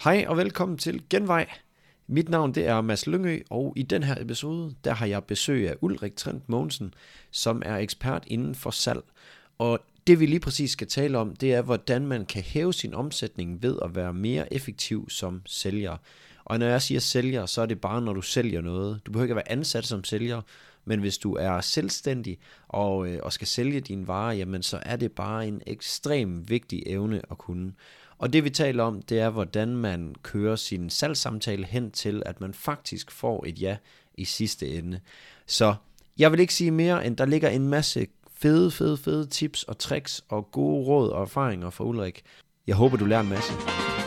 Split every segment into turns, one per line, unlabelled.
Hej og velkommen til Genvej. Mit navn det er Mads Lyngø, og i den her episode, der har jeg besøg af Ulrik Trent Mogensen, som er ekspert inden for salg. Og det vi lige præcis skal tale om, det er, hvordan man kan hæve sin omsætning ved at være mere effektiv som sælger. Og når jeg siger sælger, så er det bare, når du sælger noget. Du behøver ikke at være ansat som sælger, men hvis du er selvstændig og skal sælge dine varer, jamen så er det bare en ekstrem vigtig evne at kunne. Og det vi taler om, det er, hvordan man kører sin salgssamtale hen til, at man faktisk får et ja i sidste ende. Så jeg vil ikke sige mere, end der ligger en masse fede tips og tricks og gode råd og erfaringer fra Ulrik. Jeg håber, du lærer en masse.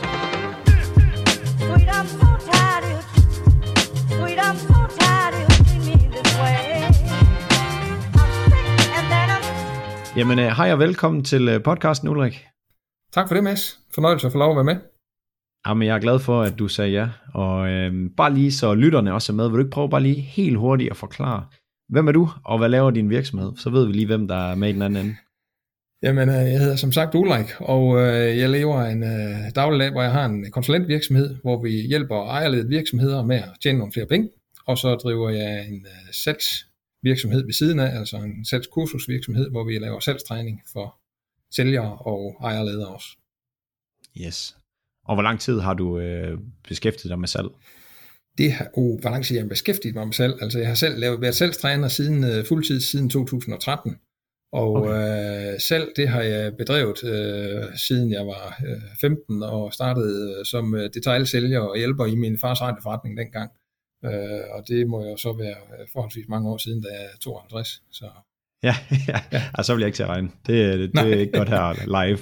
Jamen, hej og velkommen til podcasten, Ulrik.
Tak for det, Mads. Fornøjelse at få lov at være med.
Jamen, jeg er glad for, at du sagde ja. Og bare lige så lytterne også er med, vil du ikke prøve bare lige helt hurtigt at forklare, hvem er du, og hvad laver din virksomhed? Så ved vi lige, hvem der er med i den anden ende.
Jamen, jeg hedder som sagt Ulrik, og jeg lever en dagligdag, hvor jeg har en konsulentvirksomhed, hvor vi hjælper ejerledede virksomheder med at tjene nogle flere penge. Og så driver jeg en salgsvirksomhed ved siden af, altså en salgskursusvirksomhed, hvor vi laver salgstræning for sælgere og ejerledere også.
Yes. Og hvor lang tid har du beskæftiget dig med salg?
Hvor lang tid jeg har beskæftiget mig med salg? Altså jeg har selv været salgstræner siden fuldtid siden 2013. Og salg, det har jeg bedrevet siden jeg var 15 og startede som detailsælger og hjælper i min fars radioforretning dengang. Og det må jo så være forholdsvis mange år siden, da jeg er 52. Så
Ja, så vil jeg ikke til at regne. Det er ikke godt her live.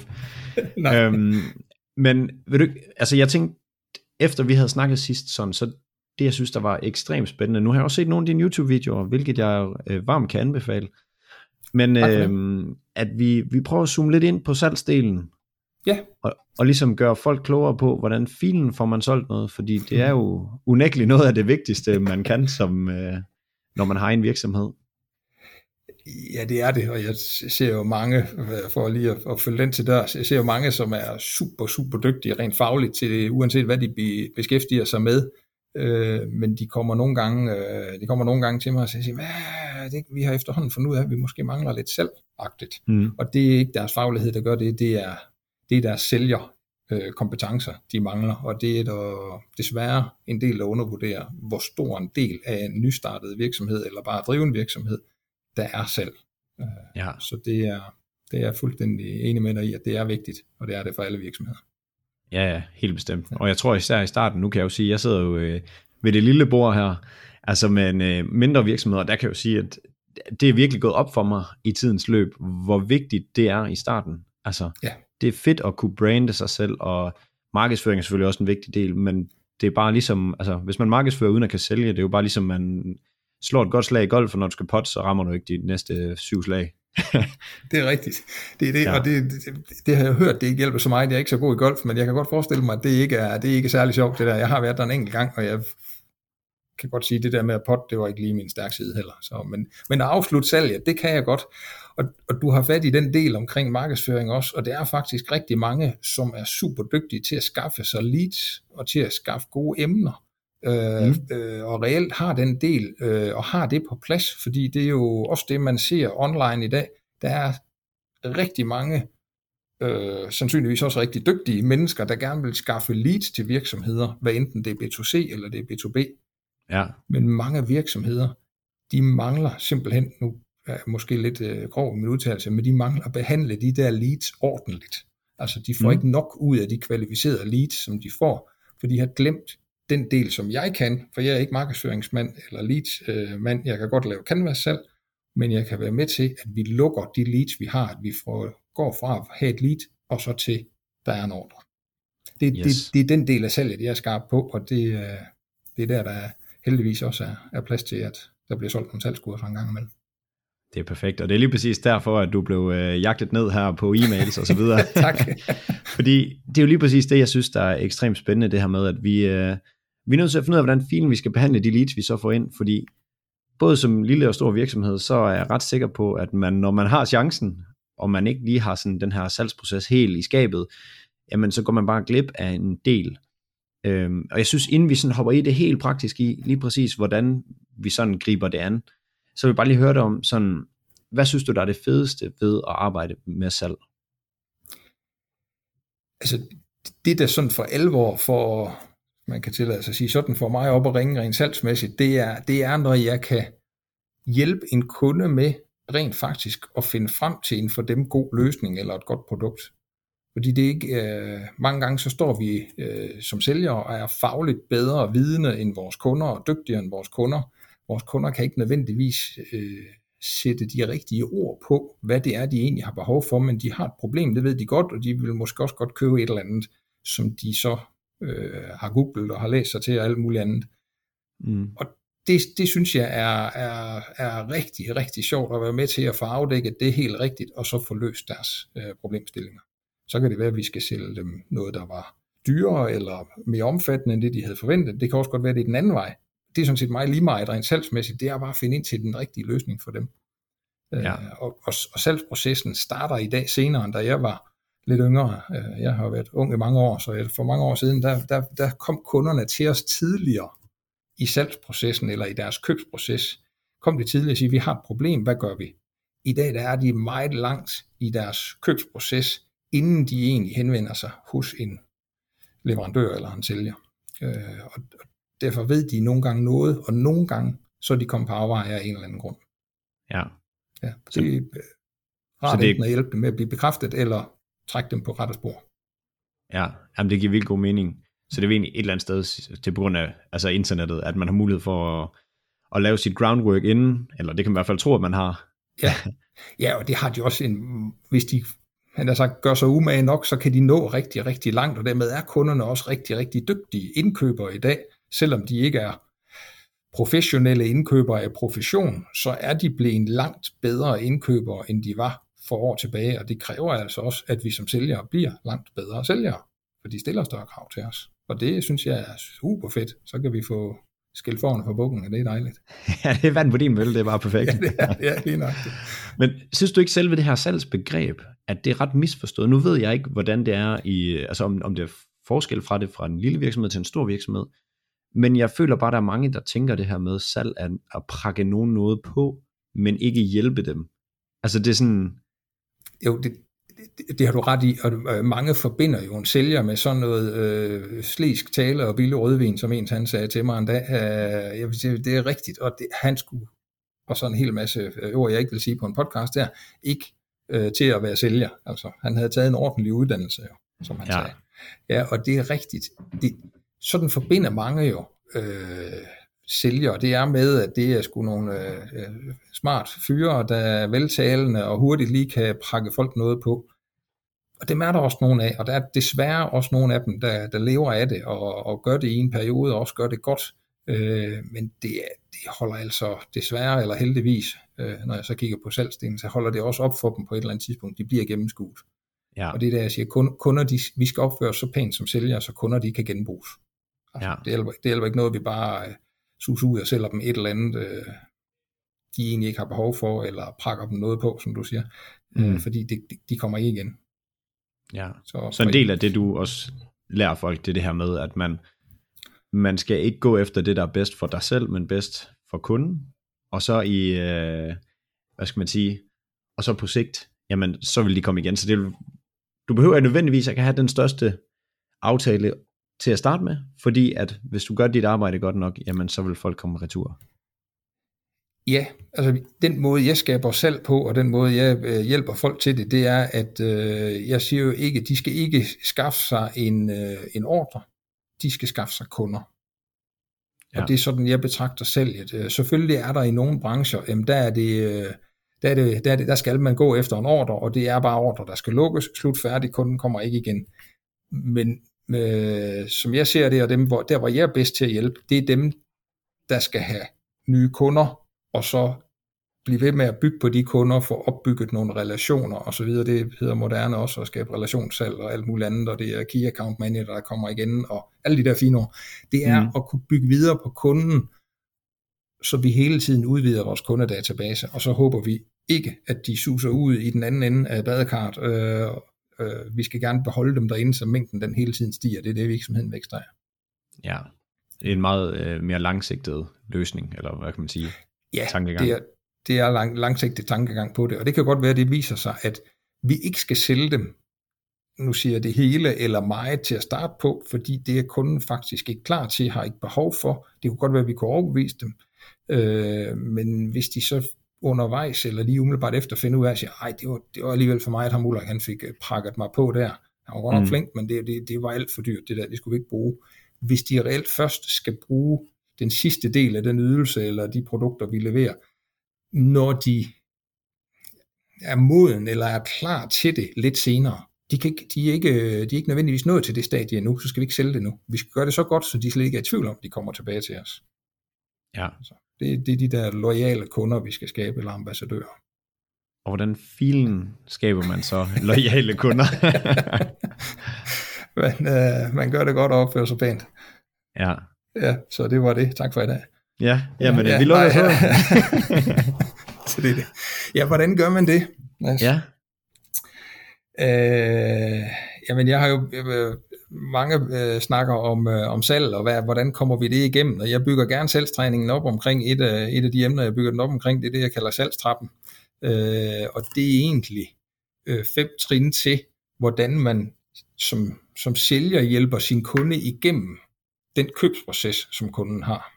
Men vil du, altså jeg tænkte, efter vi havde snakket sidst, så det jeg synes, der var ekstremt spændende. Nu har jeg også set nogle af dine YouTube-videoer, hvilket jeg varmt kan anbefale. Men at vi prøver at zoome lidt ind på salgsdelen.
Ja.
Og ligesom gøre folk klogere på, hvordan filen får man solgt noget. Fordi det er jo unægteligt noget af det vigtigste, man kan, som når man har en virksomhed.
Ja, det er det, og jeg ser jo mange, for lige at følge den til dørs, jeg ser jo mange, som er super dygtige rent fagligt til det, uanset hvad de beskæftiger sig med, men de kommer nogle gange til mig og siger, vi har efterhånden fundet ud af, at vi måske mangler lidt selvagtigt, og det er ikke deres faglighed, der gør det, det er deres sælgerkompetencer, de mangler, og det er der desværre en del, der undervurderer, hvor stor en del af en nystartet virksomhed, eller bare drive en virksomhed, der er salg.
Ja.
Så det er fuldstændig enig med dig i, at det er vigtigt, og det er det for alle virksomheder.
Ja, helt bestemt. Og jeg tror især i starten, nu kan jeg jo sige, jeg sidder jo ved det lille bord her, altså med en mindre virksomhed, og der kan jeg jo sige, at det er virkelig gået op for mig i tidens løb, hvor vigtigt det er i starten. Altså, det er fedt at kunne brande sig selv, og markedsføring er selvfølgelig også en vigtig del, men det er bare ligesom, altså hvis man markedsfører uden at kan sælge, det er jo bare ligesom man slår et godt slag i golf, og når du skal potte, så rammer du ikke de næste 7 slag.
Det er rigtigt. Det er det, ja. Og det har jeg hørt, det ikke hjælper så meget. Jeg er ikke så god i golf, men jeg kan godt forestille mig, at det ikke er særlig sjovt, det der. Jeg har været der en enkelt gang, og jeg kan godt sige, at det der med at potte, det var ikke lige min stærke side heller. Så, men at afslutte salget, det kan jeg godt. Og du har fat i den del omkring markedsføring også, og det er faktisk rigtig mange, som er super dygtige til at skaffe sig leads, og til at skaffe gode emner. Og reelt har den del og har det på plads, fordi det er jo også det, man ser online i dag. Der er rigtig mange sandsynligvis også rigtig dygtige mennesker, der gerne vil skaffe leads til virksomheder, hvad enten det er B2C eller det er B2B.
Ja.
Men mange virksomheder, de mangler simpelthen, nu er måske lidt grov i min udtalelse, men de mangler at behandle de der leads ordentligt. Altså de får ikke nok ud af de kvalificerede leads, som de får, for de har glemt den del, som jeg kan, for jeg er ikke markedsføringsmand eller leadsmand. Jeg kan godt lave canvas salg, men jeg kan være med til, at vi lukker de leads, vi har, at vi går fra at have et lead, og så til, der er en ordre. Det er den del af salget, jeg er skarp på, og det er der heldigvis også er plads til, at der bliver solgt nogle salgskurser en gang imellem.
Det er perfekt, og det er lige præcis derfor, at du blev jagtet ned her på e-mails og så videre.
Tak.
Fordi det er jo lige præcis det, jeg synes, der er ekstremt spændende, det her med, at vi er nødt til at finde ud af, hvordan filen vi skal behandle de leads, vi så får ind, fordi både som lille og stor virksomhed, så er jeg ret sikker på, at når man har chancen, og man ikke lige har sådan den her salgsproces helt i skabet, jamen så går man bare glip af en del. Og jeg synes, inden vi sådan hopper i det helt praktisk i, lige præcis hvordan vi sådan griber det an, så vil jeg bare lige høre dig om sådan, hvad synes du, der er det fedeste ved at arbejde med salg?
Altså, det der sådan for alvor, for man kan tillade sig at sige, sådan for mig op at ringe rent salgsmæssigt, det er, når jeg kan hjælpe en kunde med rent faktisk at finde frem til en for dem god løsning eller et godt produkt. Fordi det er ikke, mange gange så står vi som sælgere og er fagligt bedre vidende end vores kunder og dygtigere end vores kunder. Vores kunder kan ikke nødvendigvis sætte de rigtige ord på, hvad det er, de egentlig har behov for, men de har et problem, det ved de godt, og de vil måske også godt købe et eller andet, som de så har googlet og har læst sig til og alt muligt andet. Og det synes jeg er rigtig, rigtig sjovt at være med til at få afdækket det helt rigtigt, og så få løst deres problemstillinger. Så kan det være, at vi skal sælge dem noget, der var dyrere eller mere omfattende end det, de havde forventet. Det kan også godt være, at det er den anden vej. Det er sådan set meget lige meget rent salgsmæssigt. Det er bare at finde ind til den rigtige løsning for dem. Ja. Og salgsprocessen starter i dag senere, end da jeg var lidt yngre. Jeg har været ung i mange år, så for mange år siden, der kom kunderne til os tidligere i salgsprocessen eller i deres købsproces. Kom de tidligere og sige, vi har et problem, hvad gør vi? I dag der er de meget langt i deres købsproces, inden de egentlig henvender sig hos en leverandør eller en sælger. Og derfor ved de nogle gange noget, og nogle gange så er de kommet på afveje af en eller anden grund.
Ja.
Det er rart enten at hjælpe dem med at blive bekræftet, eller trække dem på rette spor.
Ja, jamen det giver virkelig god mening. Så det er egentlig et eller andet sted til på grund af altså internettet, at man har mulighed for at lave sit groundwork inden, eller det kan man i hvert fald tro, at man har.
Ja, og det har de også hvis de gør sig umage nok, så kan de nå rigtig, rigtig langt, og dermed er kunderne også rigtig, rigtig dygtige indkøbere i dag, selvom de ikke er professionelle indkøbere af profession, så er de blevet langt bedre indkøbere, end de var for år tilbage, og det kræver altså også, at vi som sælgere bliver langt bedre sælgere, for de stiller større krav til os. Og det synes jeg er super fedt. Så kan vi få skilt forne for bukken, og det er dejligt.
Ja, det er vand på din mølle, det er bare perfekt.
Ja, lige nok.
Men synes du ikke selv ved det her salgsbegreb, at det er ret misforstået? Nu ved jeg ikke, hvordan det er altså om det er forskel fra det fra en lille virksomhed til en stor virksomhed, men jeg føler bare, at der er mange, der tænker det her med salg at prakke nogen noget på, men ikke hjælpe dem. Altså det er sådan...
Jo, det har du ret i, og mange forbinder jo en sælger med sådan noget slisk tale og billig rødvin, som han sagde til mig en dag. Jeg vil sige, det er rigtigt, og han skulle, og sådan en hel masse ord, jeg ikke vil sige på en podcast der, ikke til at være sælger. Altså, han havde taget en ordentlig uddannelse, jo, som han sagde. Ja, og det er rigtigt. Sådan forbinder mange jo sælgere. Det er med, at det er sgu nogle smart fyre, der er veltalende og hurtigt lige kan prakke folk noget på. Og dem er der også nogle af, og der er desværre også nogle af dem, der lever af det og gør det i en periode og også gør det godt. Men det holder altså desværre eller heldigvis, når jeg så kigger på salgsdelen, så holder det også op for dem på et eller andet tidspunkt. De bliver gennemskuet. Ja. Og det der, jeg siger, kunder, vi skal opføre så pænt som sælgere, så kunder de kan genbruges. Altså, det hjælper ikke noget, vi bare suser ud og sælger dem et eller andet, de egentlig ikke har behov for, eller prakker dem noget på, som du siger. Fordi de kommer ikke igen.
Ja. Så en del af det, du også lærer folk, det er det her med, at man skal ikke gå efter det, der er bedst for dig selv, men bedst for kunden. Og så i, hvad skal man sige, og så på sigt, jamen, så vil de komme igen. Så du behøver ikke nødvendigvis at have den største aftale til at starte med, fordi at hvis du gør dit arbejde godt nok, jamen, så vil folk komme retur.
Ja, altså den måde, jeg skaber salg på, og den måde, jeg hjælper folk til det, det er, at jeg siger jo ikke, de skal ikke skaffe sig en ordre, de skal skaffe sig kunder. Ja. Og det er sådan, jeg betragter salget. Selvfølgelig er der i nogle brancher, jamen der skal man gå efter en ordre, og det er bare ordre, der skal lukkes, slut færdig, kunden kommer ikke igen. Men som jeg ser det, og der hvor jeg er bedst til at hjælpe, det er dem, der skal have nye kunder, og så blive ved med at bygge på de kunder, få opbygget nogle relationer og så videre. Det hedder moderne også at skabe relationssalg og alt muligt andet, og det er key account manager, der kommer igen, og alle de der fine ord. Det er at kunne bygge videre på kunden, så vi hele tiden udvider vores kundedatabase, og så håber vi ikke, at de suser ud i den anden ende af badekart. Vi skal gerne beholde dem derinde, så mængden den hele tiden stiger. Det er det, virksomheden vækster af.
Ja, en meget mere langsigtet løsning, eller hvad kan man sige, tankegang.
Det er langsigtet tankegang på det, og det kan godt være, at det viser sig, at vi ikke skal sælge dem, nu siger jeg det hele eller meget til at starte på, fordi det er kunden faktisk ikke klar til, har ikke behov for. Det kunne godt være, at vi kunne overbevise dem, men hvis de så undervejs eller lige umiddelbart efter finder ud af, at sige, det var alligevel for mig, at ham Ulrik, han fik prakket mig på der. Han var godt nok flink, men det var alt for dyrt, det skulle vi ikke bruge. Hvis de reelt først skal bruge den sidste del af den ydelse eller de produkter, vi leverer, når de er moden eller er klar til det lidt senere. De er ikke nødvendigvis nået til det stadie endnu, så skal vi ikke sælge det nu. Vi skal gøre det så godt, så de slet ikke er i tvivl om, de kommer tilbage til os.
Ja.
Så det er de der loyale kunder, vi skal skabe, eller ambassadører.
Og hvordan filen skaber man så loyale kunder?
Man gør det godt og opfører sig pænt.
Ja.
Ja, så det var det. Tak for i dag.
Ja, men vi lukker så.
Så det er det. Ja, hvordan gør man det? Mads?
Ja.
Jamen, jeg har jo mange snakker om salg, og hvordan kommer vi det igennem, og jeg bygger gerne salgstræningen op omkring et af de emner, jeg bygger den op omkring, det er det, jeg kalder salgstrappen. Og det er egentlig 5 trin til, hvordan man som sælger hjælper sin kunde igennem den købsproces, som kunden har.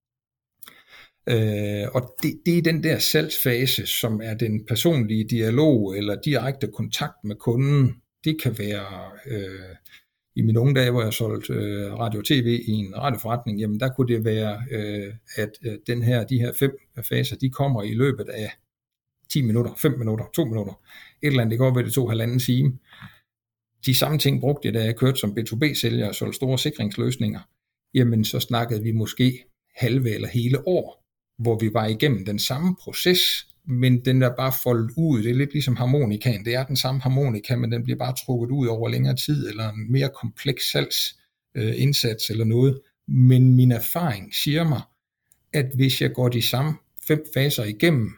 Og det er den der salgsfase, som er den personlige dialog eller direkte kontakt med kunden. Det kan være i mine unge dage, hvor jeg solgte radio og tv i en radioforretning, jamen der kunne det være, at de her 5 faser, de kommer i løbet af 10 minutter, 5 minutter, 2 minutter. Et eller andet, det går ved det tog 1,5 time. De samme ting brugte jeg, da jeg kørte som B2B-sælger og solgte store sikringsløsninger. Jamen så snakkede vi måske halve eller hele år, hvor vi var igennem den samme proces, men den er bare foldet ud. Det er lidt ligesom harmonikaen. Det er den samme harmonika, men den bliver bare trukket ud over længere tid, eller en mere kompleks salgsindsats eller noget. Men min erfaring siger mig, at hvis jeg går de samme 5 faser igennem,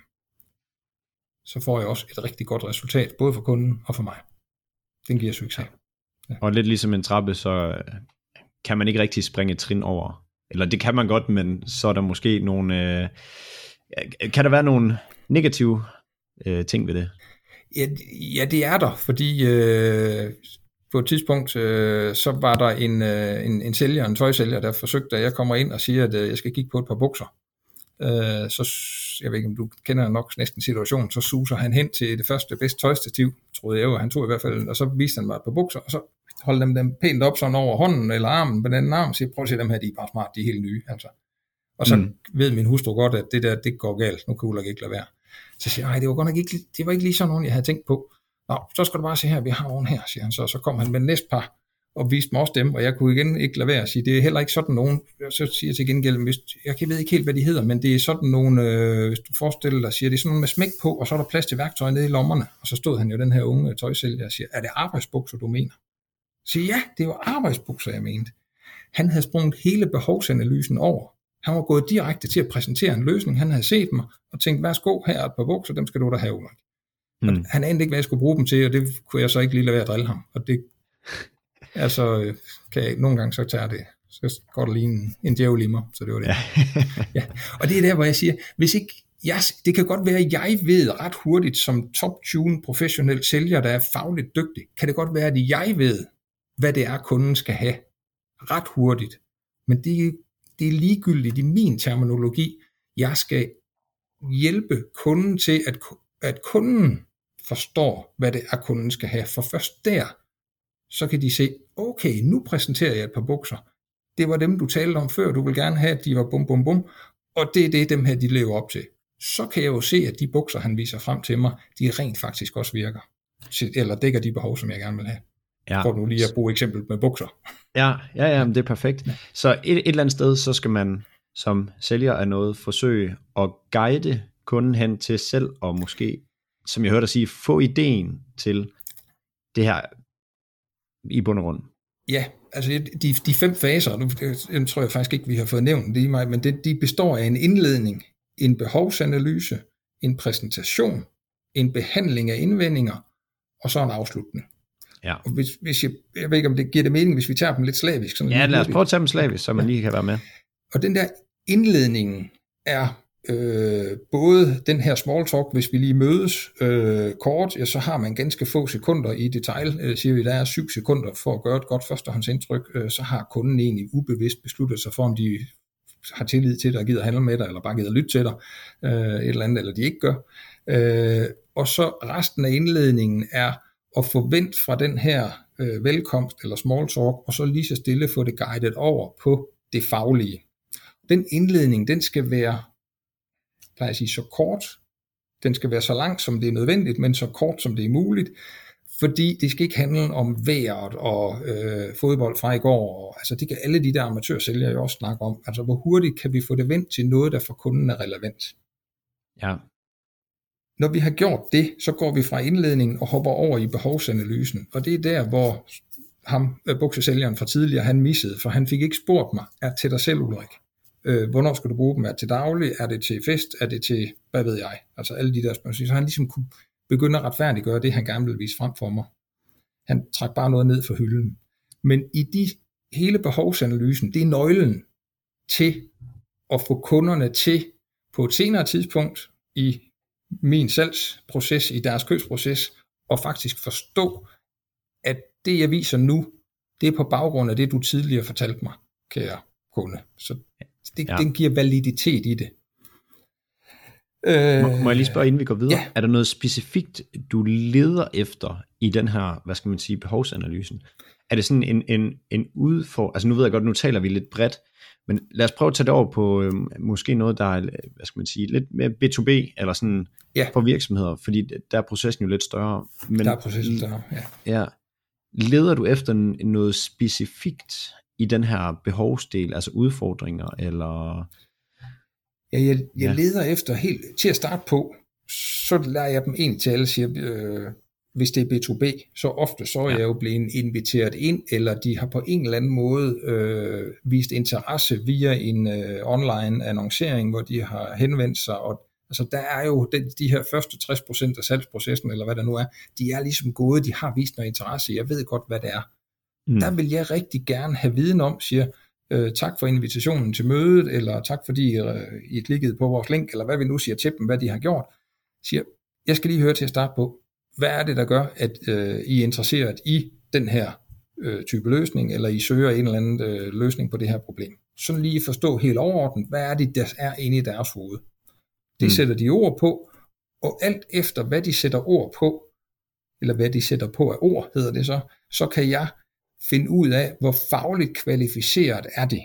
så får jeg også et rigtig godt resultat, både for kunden og for mig. Den giver succes. Ja.
Og lidt ligesom en trappe, så kan man ikke rigtig springe et trin over. Eller det kan man godt, men så er der måske nogle... kan der være nogle negative ting ved det?
Ja, det er der, fordi på et tidspunkt, så var der en sælger, en tøjsælger, der forsøgte, at jeg kommer ind og siger, at jeg skal kigge på et par bukser. Så jeg ved ikke, om du kender nok næsten situationen, så suser han hen til det første bedste tøjstativ, troede jeg jo, han tog i hvert fald, og så viste han mig et par bukser, og så holdt dem pænt op sådan over hånden eller armen på den anden arm, og siger, prøv at se dem her, de er bare smart, de er helt nye, altså. Og så ved min hustru godt, at det der, det går galt, nu kan Ulrik ikke lade være. Så siger jeg, det var godt nok ikke, det var ikke lige sådan nogen, jeg havde tænkt på. Nå, så skal du bare se her, vi har nogen her, siger han så kom han med næste par, og viste mig også dem, og jeg kunne igen ikke lade være at sige, det er heller ikke sådan nogen, så siger jeg til gengæld, jeg ved ikke helt, hvad de hedder, men det er sådan nogle, hvis du forestiller dig, siger, det er sådan nogle med smæk på, og så er der plads til værktøj nede i lommerne, og så stod han jo, den her unge tøjsælger, og siger, er det arbejdsbukser, du mener? Så ja, det var arbejdsbukser, jeg mente. Han havde sprunget hele behovsanalysen over. Han var gået direkte til at præsentere en løsning, han havde set mig, og tænkt, værsgo, her er et par bukser, dem skal du da have, Ulrik. Han anede ikke, hvad jeg skulle bruge dem til, og det kunne jeg så ikke lige lade være at drille ham, og det altså, kan jeg nogle gange så tage det, så går der lige en djævel i mig, så det var det. Ja. Og det er der, hvor jeg siger, hvis ikke, det kan godt være, at jeg ved ret hurtigt, som top-tune professionel sælger, der er fagligt dygtig, kan det godt være, at jeg ved, hvad det er, kunden skal have, ret hurtigt. Men det er ligegyldigt i min terminologi. Jeg skal hjælpe kunden til, at kunden forstår, hvad det er, kunden skal have, for først der, så kan de se, okay, nu præsenterer jeg et par bukser. Det var dem, du talte om før. Du vil gerne have, at de var bum, bum, bum. Og det er det, dem her, de lever op til. Så kan jeg jo se, at de bukser, han viser frem til mig, de rent faktisk også virker. Eller dækker de behov, som jeg gerne vil have. Ja. For nu lige at bruge eksempel med bukser.
Ja, det er perfekt. Ja. Så et eller andet sted, så skal man som sælger af noget forsøge at guide kunden hen til selv, og måske, som jeg hørte dig sige, få ideen til det her i bund og grund.
Ja, altså de 5 faser, nu tror jeg faktisk ikke, vi har fået nævnt det i mig, men de består af en indledning, en behovsanalyse, en præsentation, en behandling af indvendinger, og så en afslutning.
Ja.
Og hvis jeg ved ikke, om det giver det mening, hvis vi tager dem lidt slavisk. Sådan
Ja, lad os prøve at tage dem slavisk, så man lige kan være med.
Og den der indledningen er både den her small talk, hvis vi lige mødes kort, ja, så har man ganske få sekunder i detail, siger vi, der er 7 sekunder for at gøre et godt førstehåndsindtryk, så har kunden egentlig ubevidst besluttet sig for, om de har tillid til dig og gider handle med dig, eller bare gider lytte til dig, et eller andet, eller de ikke gør. Og så resten af indledningen er at forvente fra den her velkomst eller small talk, og så lige så stille få det guidet over på det faglige. Den indledning, den skal være, plejer jeg at sige, så kort. Den skal være så lang, som det er nødvendigt, men så kort, som det er muligt. Fordi det skal ikke handle om vejret og fodbold fra i går. Og, altså det kan alle de der amatørsælgere jo også snakke om. Altså hvor hurtigt kan vi få det vendt til noget, der for kunden er relevant.
Ja.
Når vi har gjort det, så går vi fra indledningen og hopper over i behovsanalysen. Og det er der, hvor buksesælgeren fra tidligere, han missede, for han fik ikke spurgt mig, er til dig selv, Ulrik. Hvornår skal du bruge dem? Er det til daglig? Er det til fest? Er det til, hvad ved jeg? Altså alle de der spørgsmål. Så han ligesom kunne begynde at retfærdiggøre det, han gerne ville vise frem for mig. Han trak bare noget ned for hylden. Men i hele behovsanalysen, det er nøglen til at få kunderne til på et senere tidspunkt i min salgsproces, i deres købsproces, og faktisk forstå, at det jeg viser nu, det er på baggrund af det, du tidligere fortalte mig, kære kunde. Så den giver validitet i det.
Må jeg lige spørge, inden vi går videre? Ja. Er der noget specifikt, du leder efter i den her, hvad skal man sige, behovsanalysen? Er det sådan en udfordring? Altså nu ved jeg godt, nu taler vi lidt bredt, men lad os prøve at tage det over på måske noget, der er, hvad skal man sige, lidt mere B2B, eller sådan for virksomheder, fordi der er processen jo lidt større. Men,
der er processen større,
ja. Leder du efter noget specifikt i den her behovsdel, altså udfordringer, eller...
Ja, jeg leder efter helt til at starte på, så lader jeg dem egentlig til alle, siger, hvis det er B2B, så ofte så er jeg jo blevet inviteret ind, eller de har på en eller anden måde vist interesse via en online annoncering, hvor de har henvendt sig, og altså der er jo de her første 60% af salgsprocessen, eller hvad der nu er, de er ligesom gode, de har vist noget interesse, jeg ved godt, hvad det er. Der vil jeg rigtig gerne have viden om, siger tak for invitationen til mødet, eller tak fordi I klikkede på vores link, eller hvad vi nu siger til dem, hvad de har gjort, siger, jeg skal lige høre til at starte på, hvad er det, der gør, at I er interesseret i den her type løsning, eller I søger en eller anden løsning på det her problem. Sådan lige forstå helt overordnet, hvad er det, der er inde i deres hoved. Det sætter de ord på, og alt efter, hvad de sætter ord på, eller hvad de sætter på af ord, hedder det så kan jeg finde ud af, hvor fagligt kvalificeret er det.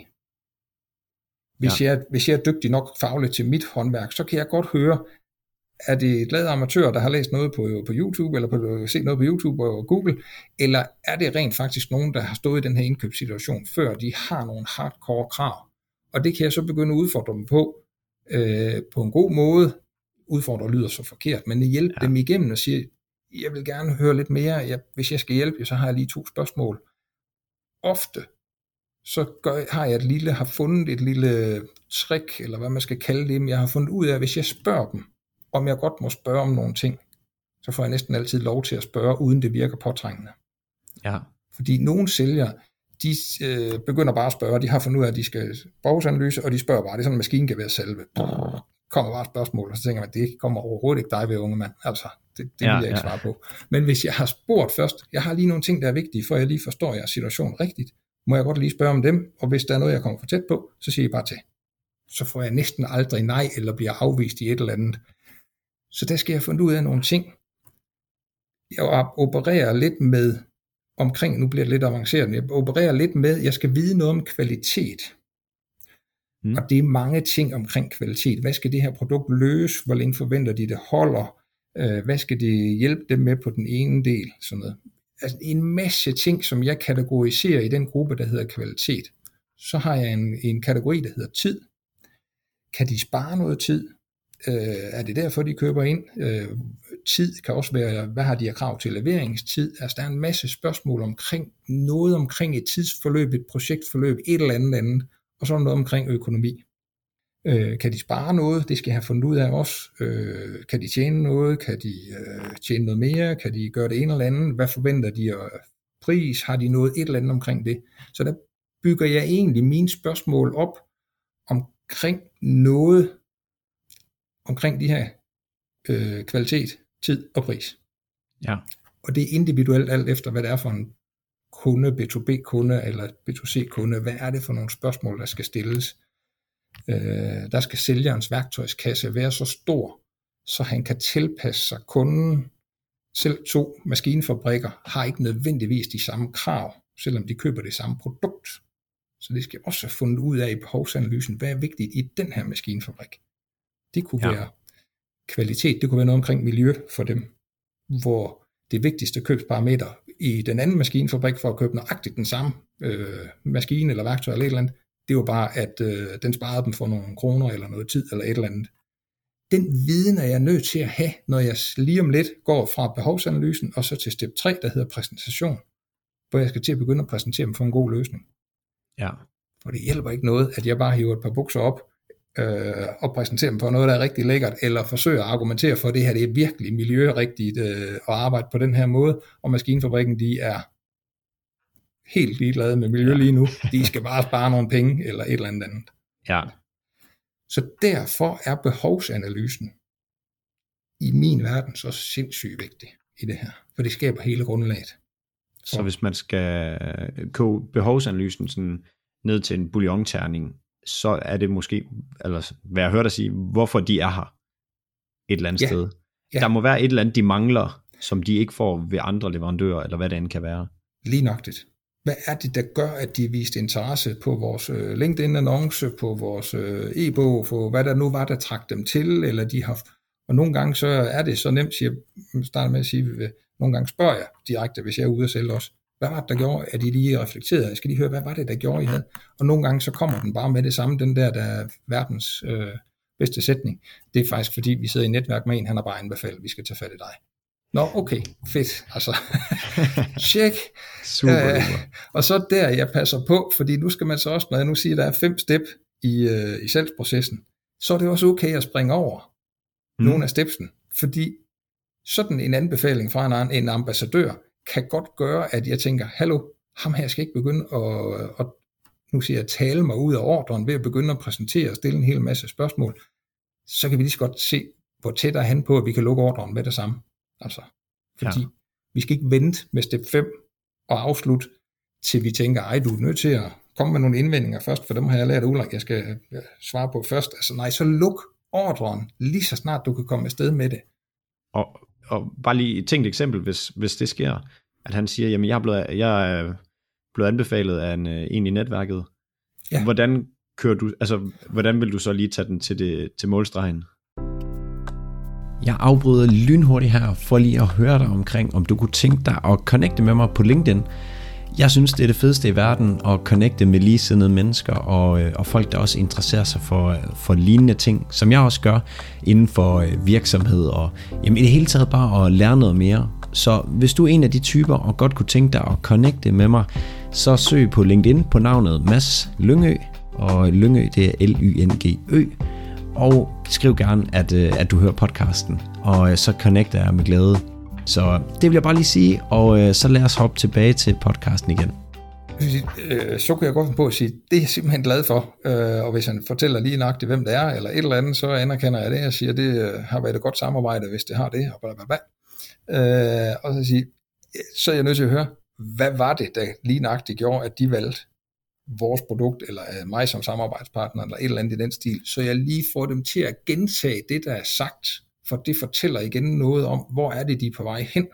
Hvis jeg er dygtig nok fagligt til mit håndværk, så kan jeg godt høre, er det glade amatører, der har læst noget på YouTube, eller set noget på YouTube og Google, eller er det rent faktisk nogen, der har stået i den her indkøbssituation, før de har nogle hardcore krav. Og det kan jeg så begynde at udfordre dem på en god måde. Udfordre lyder så forkert, men hjælpe dem igennem og sige, jeg vil gerne høre lidt mere, hvis jeg skal hjælpe, så har jeg lige 2 spørgsmål. Ofte så har fundet et lille trick, eller hvad man skal kalde det, jeg har fundet ud af, hvis jeg spørger dem, om jeg godt må spørge om nogle ting, så får jeg næsten altid lov til at spørge, uden det virker påtrængende.
Ja.
Fordi nogle sælgere, de begynder bare at spørge, de har fundet ud af, at de skal behovsanalyse, og de spørger bare, det er sådan en maskingevær salve. Kommer bare et spørgsmål, og så tænker man, det kommer overhovedet ikke dig ved, unge mand. Altså, det vil jeg ikke svare på. Men hvis jeg har spurgt først, jeg har lige nogle ting, der er vigtige, for jeg lige forstår jeres situation rigtigt, må jeg godt lige spørge om dem, og hvis der er noget, jeg kommer for tæt på, så siger jeg bare til. Så får jeg næsten aldrig nej, eller bliver afvist i et eller andet. Så der skal jeg finde ud af nogle ting. Jeg opererer lidt med, omkring, nu bliver det lidt avanceret, men jeg opererer lidt med, jeg skal vide noget om kvalitet. Og det er mange ting omkring kvalitet. Hvad skal det her produkt løse? Hvor længe forventer de, det holder? Hvad skal det hjælpe dem med på den ene del? Sådan noget. Altså en masse ting, som jeg kategoriserer i den gruppe, der hedder kvalitet. Så har jeg en kategori, der hedder tid. Kan de spare noget tid? Er det derfor, de køber ind? Tid kan også være, hvad har de af krav til leveringstid? Altså der er en masse spørgsmål omkring noget omkring et tidsforløb, et projektforløb, et eller andet, og så noget omkring økonomi. Kan de spare noget? Det skal jeg have fundet ud af også. Kan de tjene noget? Kan de tjene noget mere? Kan de gøre det ene eller andet? Hvad forventer de af pris? Har de noget et eller andet omkring det? Så der bygger jeg egentlig mine spørgsmål op omkring noget, omkring de her kvalitet, tid og pris.
Ja.
Og det er individuelt alt efter, hvad det er for en kunde, B2B-kunde eller B2C-kunde. Hvad er det for nogle spørgsmål, der skal stilles? Der skal sælgerens værktøjskasse være så stor, så han kan tilpasse sig kunden. Selv 2 maskinfabrikker har ikke nødvendigvis de samme krav, selvom de køber det samme produkt. Så det skal også have fundet ud af i behovsanalysen, hvad er vigtigt i den her maskinfabrik. Det kunne være kvalitet, det kunne være noget omkring miljø for dem, hvor det vigtigste købsparameter i den anden maskinfabrik for at købe nøjagtigt den samme maskine eller værktøj eller et eller andet, det var bare, at den sparede dem for nogle kroner eller noget tid eller et eller andet. Den viden er jeg nødt til at have, når jeg lige om lidt går fra behovsanalysen og så til step 3, der hedder præsentation, hvor jeg skal til at begynde at præsentere dem for en god løsning.
Ja. For
det hjælper ikke noget, at jeg bare hiver et par bukser op og præsenterer dem for noget, der er rigtig lækkert, eller forsøger at argumentere for, at det her det er virkelig miljørigtigt at arbejde på den her måde, og maskinfabrikken de er helt ligeglade med miljø lige nu. De skal bare spare nogle penge eller et eller andet.
Ja.
Så derfor er behovsanalysen i min verden så sindssygt vigtig i det her, for det skaber hele grundlaget.
Så hvis man skal koge behovsanalysen sådan ned til en bouillonterning, så er det måske, eller hvad jeg hørte dig sige, hvorfor de er her et eller andet sted. Ja. Der må være et eller andet, de mangler, som de ikke får ved andre leverandører, eller hvad det end kan være.
Lige nøjagtigt. Hvad er det, der gør, at de viste interesse på vores LinkedIn-annonce, på vores e-bog, på hvad der nu var, der trak dem til, eller de har... Og nogle gange så er det så nemt, jeg starter med at sige, nogle gange spørger jeg direkte, hvis jeg er ude og sælge også, hvad var det, der gjorde, at I lige reflekterede? Jeg skal lige høre, hvad var det, der gjorde, I havde? Og nogle gange så kommer den bare med det samme, den der er verdens bedste sætning. Det er faktisk, fordi vi sidder i netværk med en, han har bare anbefalet, at vi skal tage fat i dig. Nå, okay, fedt, altså, tjek.
Super.
Og så der, jeg passer på, fordi nu skal man så også, når jeg nu siger, at der er 5 step i salgsprocessen, så er det også okay at springe over nogle af stepsen, fordi sådan en anbefaling fra en ambassadør, kan godt gøre, at jeg tænker, hallo, ham her skal ikke begynde at nu siger jeg, tale mig ud af ordren ved at begynde at præsentere og stille en hel masse spørgsmål. Så kan vi lige så godt se, hvor tæt er han på, at vi kan lukke ordren med det samme. Altså, fordi vi skal ikke vente med step 5 og afslutte, til vi tænker, ej, du er nødt til at komme med nogle indvendinger først, for dem har jeg lært Ulrik, jeg skal svare på først. Altså nej, så luk ordren lige så snart du kan komme afsted med det.
Og bare lige et tænkt eksempel, hvis det sker, at han siger, jamen jeg er blevet anbefalet af en i netværket. Ja. Hvordan kører du, altså hvordan vil du så lige tage den til målstregen? Jeg afbryder lynhurtigt her, for lige at høre dig omkring, om du kunne tænke dig at connecte med mig på LinkedIn. Jeg synes, det er det fedeste i verden at connecte med ligesindede mennesker og folk, der også interesserer sig for lignende ting, som jeg også gør inden for virksomhed og jamen, i det hele taget bare at lære noget mere. Så hvis du er en af de typer og godt kunne tænke dig at connecte med mig, så søg på LinkedIn på navnet Mads Lyngø, og Lyngø det er Lyngø, og skriv gerne, at du hører podcasten, og så connecter jeg med glæde. Så det vil jeg bare lige sige, og så lad os hoppe tilbage til podcasten igen.
Så kan jeg godt finde på at sige, det er jeg simpelthen glad for, og hvis han fortæller lige nøjagtigt, hvem det er, eller et eller andet, så anerkender jeg det, og siger, det har været et godt samarbejde, hvis det har det, og blablabla. Og så er jeg nødt til at høre, hvad var det, der lige nøjagtigt gjorde, at de valgte vores produkt, eller mig som samarbejdspartner, eller et eller andet i den stil, så jeg lige får dem til at gentage det, der er sagt, for det fortæller igen noget om, hvor er det, de er på vej hen.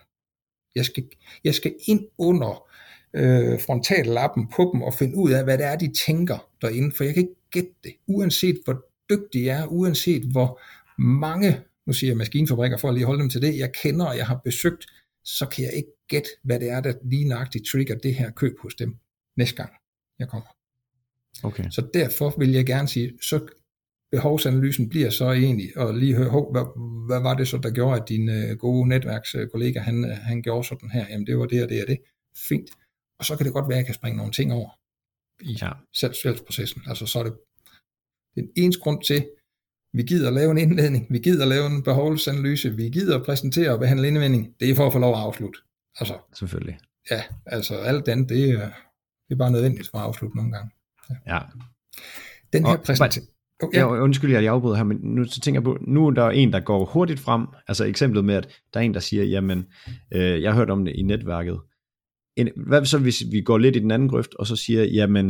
Jeg skal ind under frontallappen på dem, og finde ud af, hvad det er, de tænker derinde, for jeg kan ikke gætte det, uanset hvor dygtige jeg er, uanset hvor mange, nu siger jeg maskinfabrikker, for at lige holde dem til det, jeg kender, og jeg har besøgt, så kan jeg ikke gætte, hvad det er, der lige nøjagtigt trigger det her køb hos dem, næste gang jeg kommer.
Okay.
Så derfor vil jeg gerne sige, så behovsanalysen bliver så egentlig, og lige høre, hvad var det så, der gjorde, at din gode netværkskollega, han gjorde sådan her, jamen det var det og det og det, fint. Og så kan det godt være, at jeg kan springe nogle ting over i salgsprocessen, altså så er det Den eneste grund til, vi gider at lave en indledning, vi gider at lave en behovsanalyse, vi gider at præsentere og behandle indvending, det er for at få lov at afslutte. Altså,
selvfølgelig.
Ja, altså alt andet, det er bare nødvendigt for at afslutte nogle gange.
Ja.
Den her præsentation.
Undskyld, jeg afbryder her, men nu så tænker jeg på, nu er der en, der går hurtigt frem, altså eksemplet med, at der er en, der siger, jamen, jeg har hørt om det i netværket. Hvad så, hvis vi går lidt i den anden grøft, og så siger, jamen,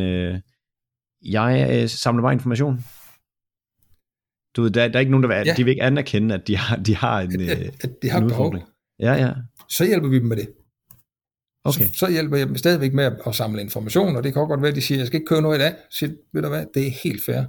jeg samler bare information. Du ved, der er ikke nogen, de vil ikke anerkende, at de har en,
at de har en udfordring.
Ja.
Så hjælper vi dem med det.
Okay.
Så hjælper jeg dem stadigvæk med at samle information, og det kan godt være, at de siger, jeg skal ikke købe noget i dag. Så ved du hvad, det er helt fair.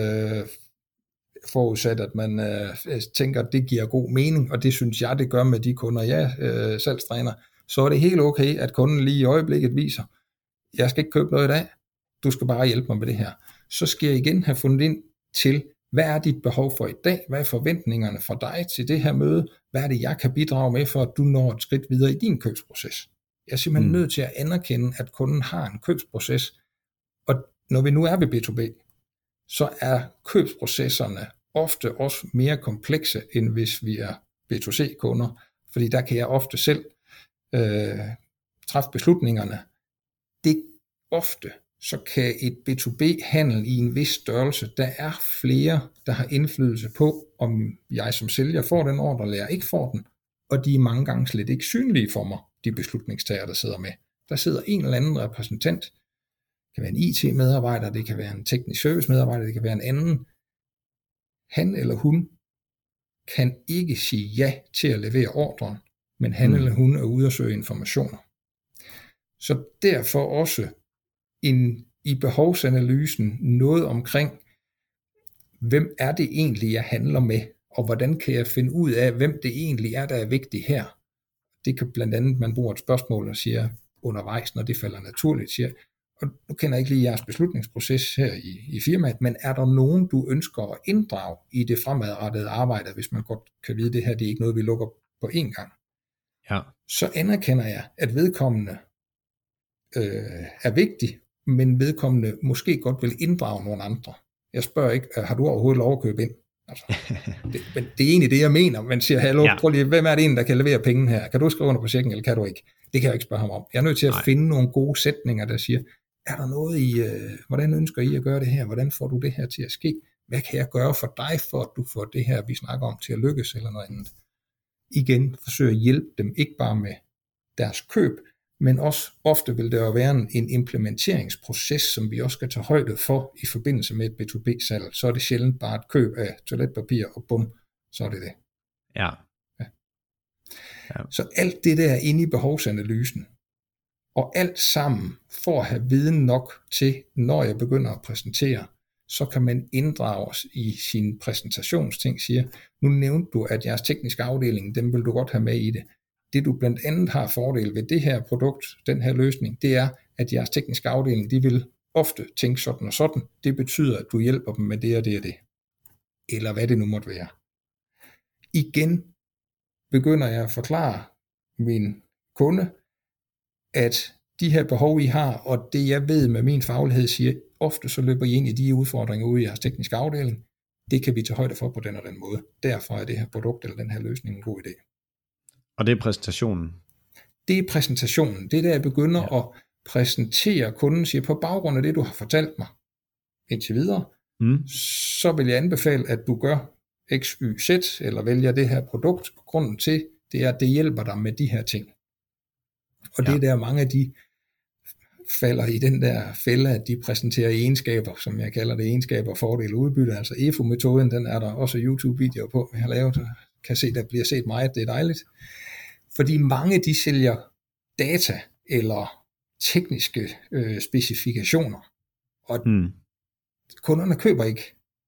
Forudsat, at man tænker, at det giver god mening, og det synes jeg, det gør med de kunder, jeg salgstræner. Så er det helt okay, at kunden lige i øjeblikket viser, jeg skal ikke købe noget i dag, du skal bare hjælpe mig med det her. Så skal jeg igen have fundet ind til, hvad er dit behov for i dag? Hvad er forventningerne for dig til det her møde? Hvad er det, jeg kan bidrage med, for at du når et skridt videre i din købsproces? Jeg er simpelthen nødt til at anerkende, at kunden har en købsproces, og når vi nu er ved B2B, så er købsprocesserne ofte også mere komplekse, end hvis vi er B2C-kunder, fordi der kan jeg ofte selv træffe beslutningerne. Det ofte, så kan et B2B-handel i en vis størrelse, der er flere, der har indflydelse på, om jeg som sælger får den ordre, eller jeg ikke får den, og de er mange gange slet ikke synlige for mig, de beslutningstager, der sidder med. Der sidder en eller anden repræsentant, det kan være en IT-medarbejder, det kan være en teknisk service-medarbejder, det kan være en anden. Han eller hun kan ikke sige ja til at levere ordren, men han eller hun er ude at søge informationer. Så derfor også i behovsanalysen noget omkring, hvem er det egentlig, jeg handler med, og hvordan kan jeg finde ud af, hvem det egentlig er, der er vigtigt her. Det kan blandt andet, man bruger et spørgsmål og siger undervejs, når det falder naturligt, siger, og nu kender jeg ikke lige jeres beslutningsproces her i firmaet, men er der nogen, du ønsker at inddrage i det fremadrettede arbejde, hvis man godt kan vide, det her det er ikke noget, vi lukker på én gang.
Ja.
Så anerkender jeg, at vedkommende er vigtig, men vedkommende måske godt vil inddrage nogle andre. Jeg spørger ikke, har du overhovedet lov at købe ind? Altså, men det er egentlig det, jeg mener. Man siger, hallo, prøv lige, hvem er det en, der kan levere penge her? Kan du skrive under på checken, eller kan du ikke? Det kan jeg ikke spørge ham om. Jeg er nødt til at finde nogle gode sætninger, der siger, er der noget i, hvordan ønsker I at gøre det her? Hvordan får du det her til at ske? Hvad kan jeg gøre for dig, for at du får det her, vi snakker om, til at lykkes, eller noget andet? Igen, forsøge at hjælpe dem, ikke bare med deres køb, men også ofte vil der jo være en implementeringsproces, som vi også skal tage højde for i forbindelse med et B2B-salg. Så er det sjældent bare et køb af toiletpapir, og bum, så er det det.
Ja.
Så alt det der inde i behovsanalysen, og alt sammen for at have viden nok til, når jeg begynder at præsentere, så kan man inddrage os i sin præsentationsting, siger, nu nævnte du, at jeres tekniske afdeling, dem vil du godt have med i det. Det du blandt andet har fordel ved det her produkt, den her løsning, det er, at jeres tekniske afdeling, de vil ofte tænke sådan og sådan. Det betyder, at du hjælper dem med det og det og det. Eller hvad det nu måtte være. Igen begynder jeg at forklare min kunde, at de her behov, I har, og det jeg ved med min faglighed, siger, ofte så løber I ind i de udfordringer ude i jeres tekniske afdeling. Det kan vi tage højde for på den og den måde. Derfor er det her produkt eller den her løsning en god idé. Og
det er præsentationen?
Det er præsentationen. Det er der, jeg begynder at præsentere kunden, siger, på baggrund af det, du har fortalt mig indtil videre, så vil jeg anbefale, at du gør X, Y, Z, eller vælger det her produkt. Grunden til, det er, at det hjælper dig med de her ting. Og det er der mange af de falder i den der fælde, at de præsenterer egenskaber, som jeg kalder det, egenskaber, fordele og udbytte. Altså EFO-metoden, den er der også YouTube-videoer på, vi har lavet. Kan se, der bliver set meget, det er dejligt. Fordi mange, de sælger data eller tekniske specifikationer, og kunderne køber ikke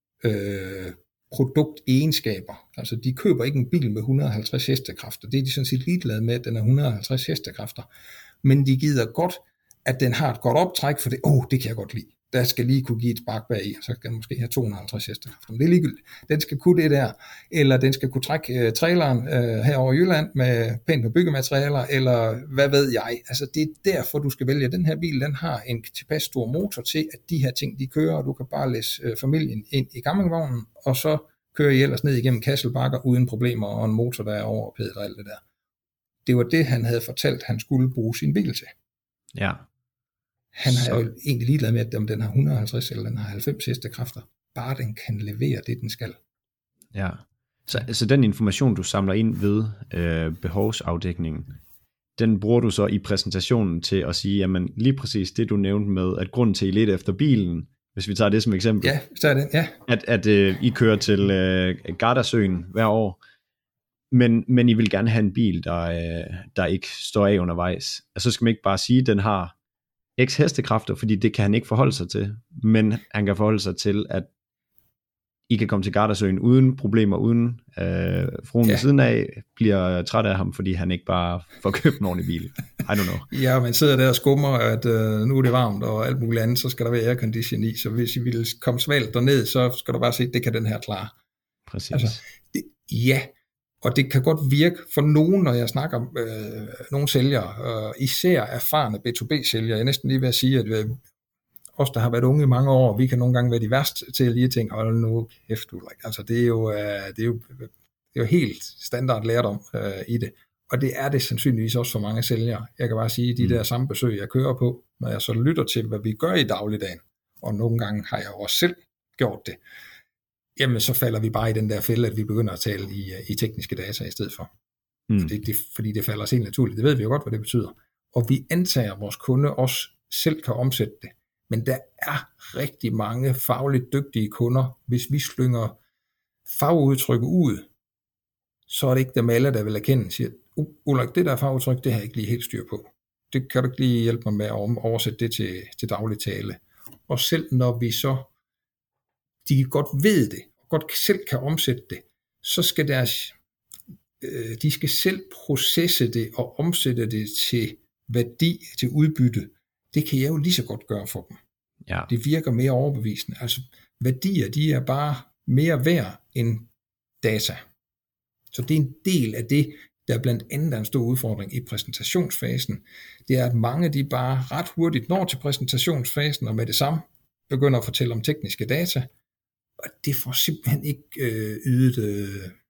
produktegenskaber. Altså de køber ikke en bil med 150 hestekræfter. Det er de sådan set ligeglade med, at den er 150 hestekræfter. Men de gider godt, at den har et godt optræk, for det, det kan jeg godt lide. der skal lige kunne give et spark bag i, og så skal den måske have 250 hestekræfter. Men det er ligegyldigt. Den skal kunne det der, eller den skal kunne trække traileren her over Jylland med pænt med byggematerialer, eller hvad ved jeg. Altså det er derfor, du skal vælge. Den her bil, den har en tilpas stor motor til, at de her ting, de kører, og du kan bare læse familien ind i campingvognen, og så kører I ellers ned igennem Kasselbakker uden problemer, og en motor, der er overophedet og alt det der. Det var det, han havde fortalt, han skulle bruge sin bil til.
Ja.
Han har jo egentlig ligeglad med, om den har 150 eller den har 90 hestekræfter. Bare den kan levere det, den skal.
Ja, så den information, du samler ind ved behovsafdækningen, den bruger du så i præsentationen til at sige, jamen lige præcis det, du nævnte med, at grunden til, at I leder efter bilen, hvis vi tager det som eksempel,
ja, så er det, ja.
at I kører til Gardasøen hver år, men I vil gerne have en bil, der ikke står af undervejs. Altså, så skal man ikke bare sige, at den har x hestekræfter, fordi det kan han ikke forholde sig til, men han kan forholde sig til, at I kan komme til Gardasøen uden problemer, uden fruen ved siden af bliver træt af ham, fordi han ikke bare får købt en ordentlig bil. I don't know.
Ja, man sidder der og skummer, at nu er det varmt og alt muligt andet, så skal der være aircondition i, så hvis I vil komme svalt derned, så skal du bare se, det kan den her klare.
Præcis.
Altså, ja, og det kan godt virke for nogen, når jeg snakker om nogle sælgere, især erfarne B2B-sælgere. Jeg er næsten lige ved at sige, at os, der har været unge i mange år, vi kan nogle gange være de værste til at lige tænke, hold nu kæft, Ulrik. Altså det er jo helt standard lærdom i det. Og det er det sandsynligvis også for mange sælgere. Jeg kan bare sige, de der samme besøg, jeg kører på, når jeg så lytter til, hvad vi gør i dagligdagen, og nogle gange har jeg også selv gjort det, jamen så falder vi bare i den der fælde, at vi begynder at tale i tekniske data i stedet for. Fordi det falder os helt naturligt. Det ved vi jo godt, hvad det betyder. Og vi antager, at vores kunde også selv kan omsætte det. Men der er rigtig mange fagligt dygtige kunder. Hvis vi slynger fagudtryk ud, så er det ikke dem alle, der vil erkende, siger, Ulrik, det der fagudtryk, det har jeg ikke lige helt styr på. Det kan du ikke lige hjælpe mig med at oversætte det til daglig tale. Og selv når vi så, de godt ved det, og godt selv kan omsætte det, så skal de skal selv processe det og omsætte det til værdi, til udbytte. Det kan jeg jo lige så godt gøre for dem.
Ja.
Det virker mere overbevisende. Altså værdier, de er bare mere værd end data. Så det er en del af det, der blandt andet er en stor udfordring i præsentationsfasen. Det er, at mange de bare ret hurtigt når til præsentationsfasen, og med det samme begynder at fortælle om tekniske data, og det får simpelthen ikke ydet...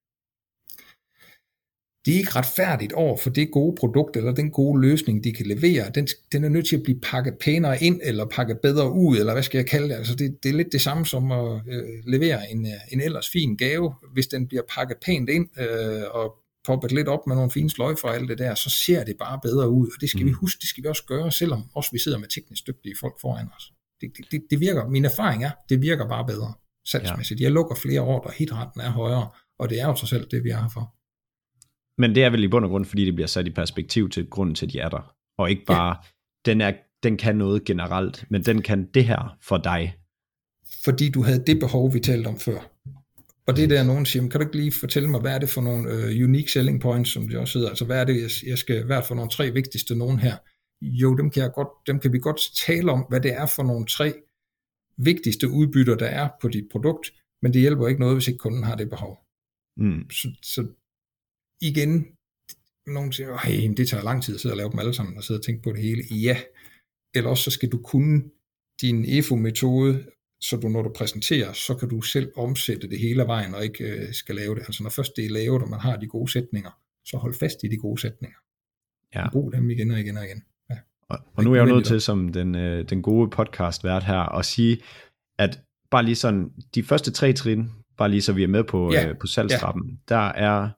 Det er ikke retfærdigt over for det gode produkt, eller den gode løsning, de kan levere. Den er nødt til at blive pakket pænere ind, eller pakket bedre ud, eller hvad skal jeg kalde det? Altså det er lidt det samme som at levere en ellers fin gave. Hvis den bliver pakket pænt ind, og poppet lidt op med nogle fine sløjfer og alt det der, så ser det bare bedre ud. Og det skal vi huske, det skal vi også gøre, selvom også vi sidder med teknisk dygtige folk foran os. Det virker, min erfaring er, det virker bare bedre salgsmæssigt. Jeg lukker flere ordre, hitraten er højere, og det er jo så selv det, vi er her for.
Men det er vel i bund og grund, fordi det bliver sat i perspektiv til grunden til, at de er der. Og ikke bare, den kan noget generelt, men den kan det her for dig. Fordi du havde det behov, vi talte om før. Og det der, nogen siger, kan du ikke lige fortælle mig, hvad er det for nogle unique selling points, som det også hedder? Altså, hvad er det, jeg skal være for nogle 3 vigtigste nogen her? Jo, dem kan vi godt tale om, hvad det er for nogle 3 vigtigste udbytter, der er på dit produkt, men det hjælper ikke noget, hvis ikke kunden har det behov. Så igen, nogen siger, hey, det tager lang tid at sidde og lave dem alle sammen, og sidde og tænke på det hele. Ja, eller også så skal du kunne din EFO-metode, så du, når du præsenterer, så kan du selv omsætte det hele vejen, og ikke skal lave det. Altså når først det er lavet, og man har de gode sætninger, så hold fast i de gode sætninger. Ja. Brug dem igen og igen og igen. Ja. Og nu er jeg jo nødt til, som den gode podcast-vært her, at sige, at bare lige sådan, de første 3 trin, bare lige så vi er med på salgstrappen, der er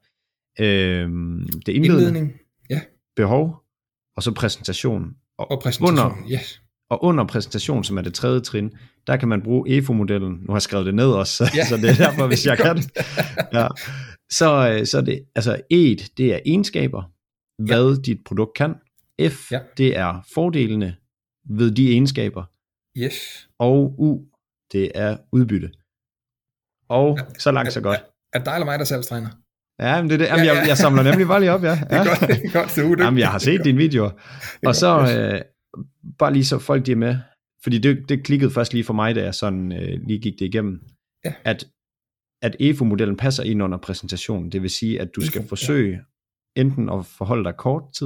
det indledning, behov, og så præsentation.
Og præsentation,
Og under præsentation, som er det 3. trin, der kan man bruge EFO-modellen. Nu har jeg skrevet det ned også, så det er derfor, hvis jeg kan. Ja. Så det, altså E, det er egenskaber, hvad dit produkt kan. F, det er fordelene ved de egenskaber.
Yes.
Og U, det er udbytte. Og så langt så godt.
Er dig eller mig, der salgstræner?
Ja, men det er det. Jamen, jeg samler nemlig bare lige op, ja.
Det er godt.
Jamen, jeg har set dine videoer. Og så, bare lige så folk de er med, fordi det klikkede først lige for mig, da jeg sådan lige gik det igennem, at EFO-modellen passer ind under præsentationen. Det vil sige, at du skal forsøge enten at forholde dig kort tid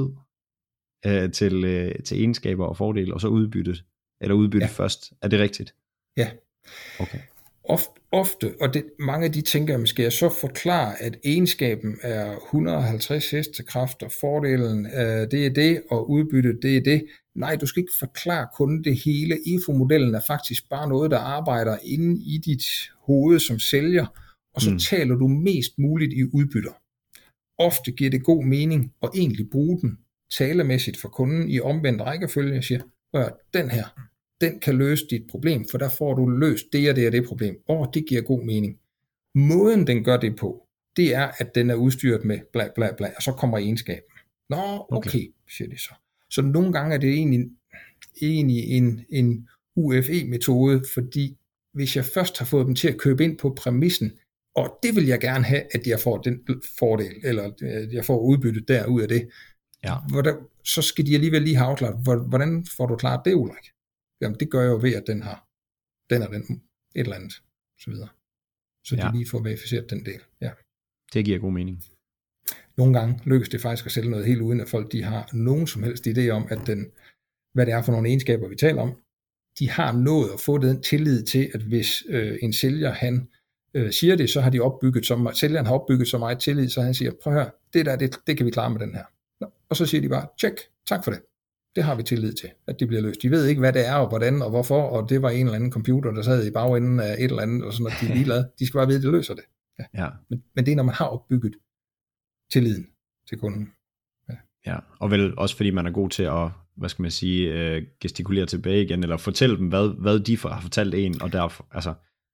til egenskaber og fordele, og så udbytte først. Er det rigtigt?
Ja.
Okay.
Ofte, og mange af de tænker, skal jeg så forklare, at egenskaben er 150 hestekræfter, fordelen det er det, og udbyttet det er det. Nej, du skal ikke forklare kun det hele. EFO-modellen er faktisk bare noget, der arbejder inde i dit hoved som sælger, og så taler du mest muligt i udbytter. Ofte giver det god mening at egentlig bruge den talemæssigt for kunden i omvendt rækkefølge. Jeg siger, den her, den kan løse dit problem, for der får du løst det og det og det problem. Det giver god mening. Måden den gør det på, det er, at den er udstyret med bla bla bla, og så kommer egenskaben. Nå, okay, siger de så. Så nogle gange er det egentlig en UFE-metode, fordi hvis jeg først har fået dem til at købe ind på præmissen, og det vil jeg gerne have, at jeg får den fordel, eller jeg får udbyttet derud af det, så skal de alligevel lige have afklaret, hvordan får du klart det, Ulrik? Jamen det gør jeg jo ved, at den er den et eller andet, så videre. Så de lige får verificeret den del. Ja.
Det giver god mening.
Nogle gange lykkes det faktisk at sælge noget helt uden, at folk de har nogen som helst idé om, at hvad det er for nogle egenskaber, vi taler om. De har nået at få den tillid til, at hvis en sælger, han siger det, så har sælgeren har opbygget så meget tillid, så han siger, prøv at høre, det kan vi klare med den her. Og så siger de bare, tjek, tak for det. Det har vi tillid til, at det bliver løst. De ved ikke, hvad det er, og hvordan, og hvorfor, og det var en eller anden computer, der sad i bagenden af et eller andet, og sådan noget, de er ligeglade. De skal bare vide, at det løser det. Ja. Men det er, når man har opbygget tilliden til kunden.
Ja, og vel også fordi man er god til at, gestikulere tilbage igen, eller fortælle dem, hvad de har fortalt en, og derfor, altså.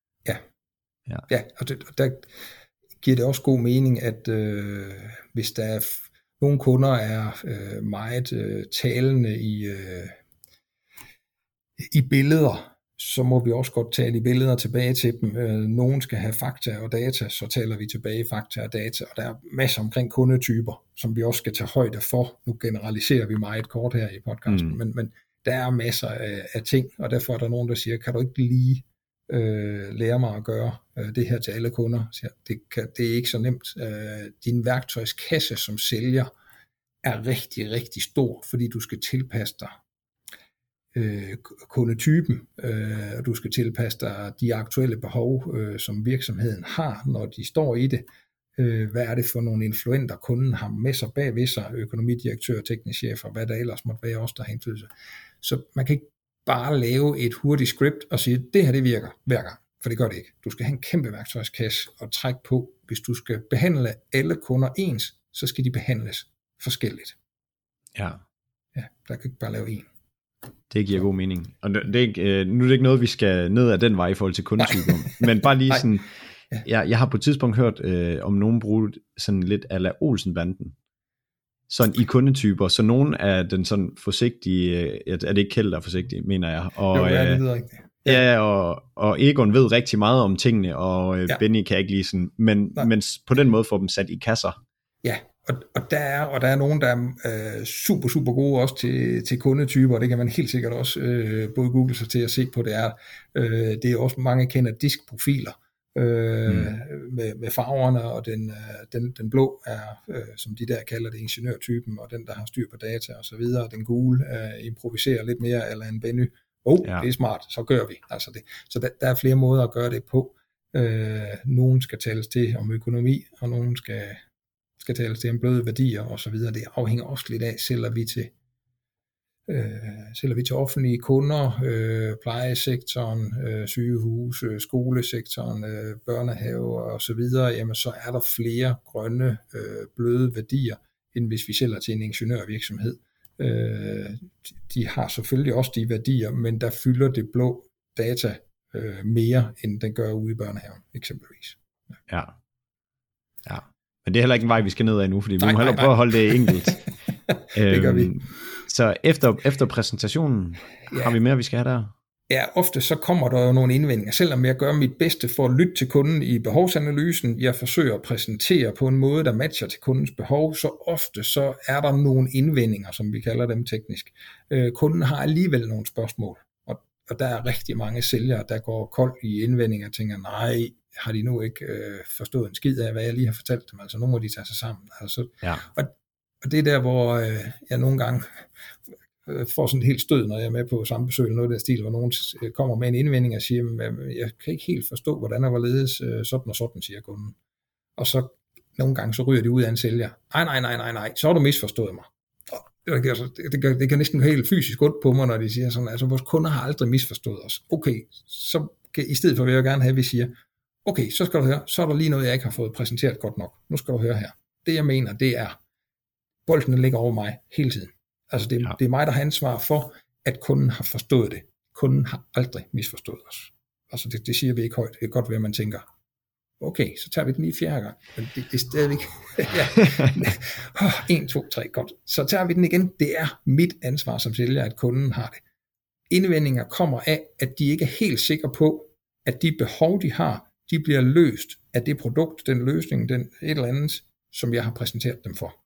Ja, og der giver det også god mening, at hvis der er nogle kunder er meget talende i billeder, så må vi også godt tale i billeder tilbage til dem. Nogen skal have fakta og data, så taler vi tilbage fakta og data, og der er masser omkring kundetyper, som vi også skal tage højde for. Nu generaliserer vi meget kort her i podcasten, men der er masser af ting, og derfor er der nogen, der siger, kan du ikke lige lære mig at gøre det her til alle kunder? Så det er ikke så nemt. Din værktøjskasse som sælger er rigtig, rigtig stor, fordi du skal tilpasse dig kundetypen, og du skal tilpasse dig de aktuelle behov, som virksomheden har, når de står i det. Hvad er det for nogle influenter, kunden har med sig bagved sig, økonomidirektør, teknisk chef, og hvad der ellers måtte være også, der har indflydelse. Så man kan ikke bare lave et hurtigt script og sige, det her det virker hver gang, for det gør det ikke. Du skal have en kæmpe værktøjskasse og trække på. Hvis du skal behandle alle kunder ens, så skal de behandles forskelligt.
Ja,
der kan ikke bare lave en.
Det giver god mening. Og det er ikke, nu er det ikke noget, vi skal ned ad den vej i forhold til kundetyper, men bare lige sådan, jeg har på et tidspunkt hørt om nogen bruge sådan lidt a la Olsen-banden, sådan i kundetyper, så nogen er den sådan forsigtige, er det ikke Kjeld, der er forsigtig, mener jeg. Og,
jo, det lyder rigtigt.
Ja, og Egon ved rigtig meget om tingene, og Benny kan ikke lige sådan, men på den måde får dem sat i kasser. Ja,
og der er nogen, der er super, super gode også til kundetyper, og det kan man helt sikkert også både google sig til at se på, det er også mange kender diskprofiler, med farverne, og den blå er, som de der kalder det, ingeniørtypen, og den, der har styr på data og så videre, den gule improviserer lidt mere, eller en Benny, det er smart, så gør vi, altså det. Så der er flere måder at gøre det på. Nogen skal tales til om økonomi, og nogen skal tales til om bløde værdier og så videre. Det afhænger også lidt af, sælger vi til offentlige kunder, plejesektoren, sygehus, skolesektoren, børnehave og så videre, jamen så er der flere grønne, bløde værdier, end hvis vi sælger til en ingeniørvirksomhed. De har selvfølgelig også de værdier, men der fylder det blå data mere, end den gør ude i børnehaven, eksempelvis.
Ja. Men det er heller ikke en vej, vi skal ned ad nu, fordi vi må heller prøve at holde det enkelt.
Det gør vi.
Så efter præsentationen, har vi mere, vi skal have der?
Ja, ofte så kommer der jo nogle indvendinger. Selvom jeg gør mit bedste for at lytte til kunden i behovsanalysen, jeg forsøger at præsentere på en måde, der matcher til kundens behov, så ofte så er der nogle indvendinger, som vi kalder dem teknisk. Kunden har alligevel nogle spørgsmål, og og der er rigtig mange sælgere, der går kold i indvendinger og tænker, nej, har de nu ikke forstået en skid af, hvad jeg lige har fortalt dem, altså nu må de tage sig sammen. Altså, ja. Og det er der, hvor jeg nogle gange får sådan et helt stød, når jeg er med på samme besøg eller noget af den stil, hvor nogen kommer med en indvending og siger, jeg kan ikke helt forstå, hvordan der var ledes sådan og sådan, siger kunden. Og så nogle gange så ryger de ud af en sælger. Nej, så har du misforstået mig. Det kan næsten helt fysisk ondt på mig, når de siger sådan, altså vores kunder har aldrig misforstået os. Okay, så i stedet for vil jeg gerne have, at vi siger, okay, så skal du høre, så er der lige noget, jeg ikke har fået præsenteret godt nok. Nu skal du høre her. Det jeg mener, det er, bolden ligger over mig hele tiden. Altså det er mig, der har ansvar for, at kunden har forstået det. Kunden har aldrig misforstået os. Altså det siger vi ikke højt. Det er godt være, at man tænker, okay, så tager vi den lige fjerde gang. Men det er stadigvæk, 1, 2, 3, godt. Så tager vi den igen. Det er mit ansvar som sælger, at kunden har det. Indvendinger kommer af, at de ikke er helt sikre på, at de behov, de har, de bliver løst af det produkt, den løsning, et eller andet, som jeg har præsenteret dem for.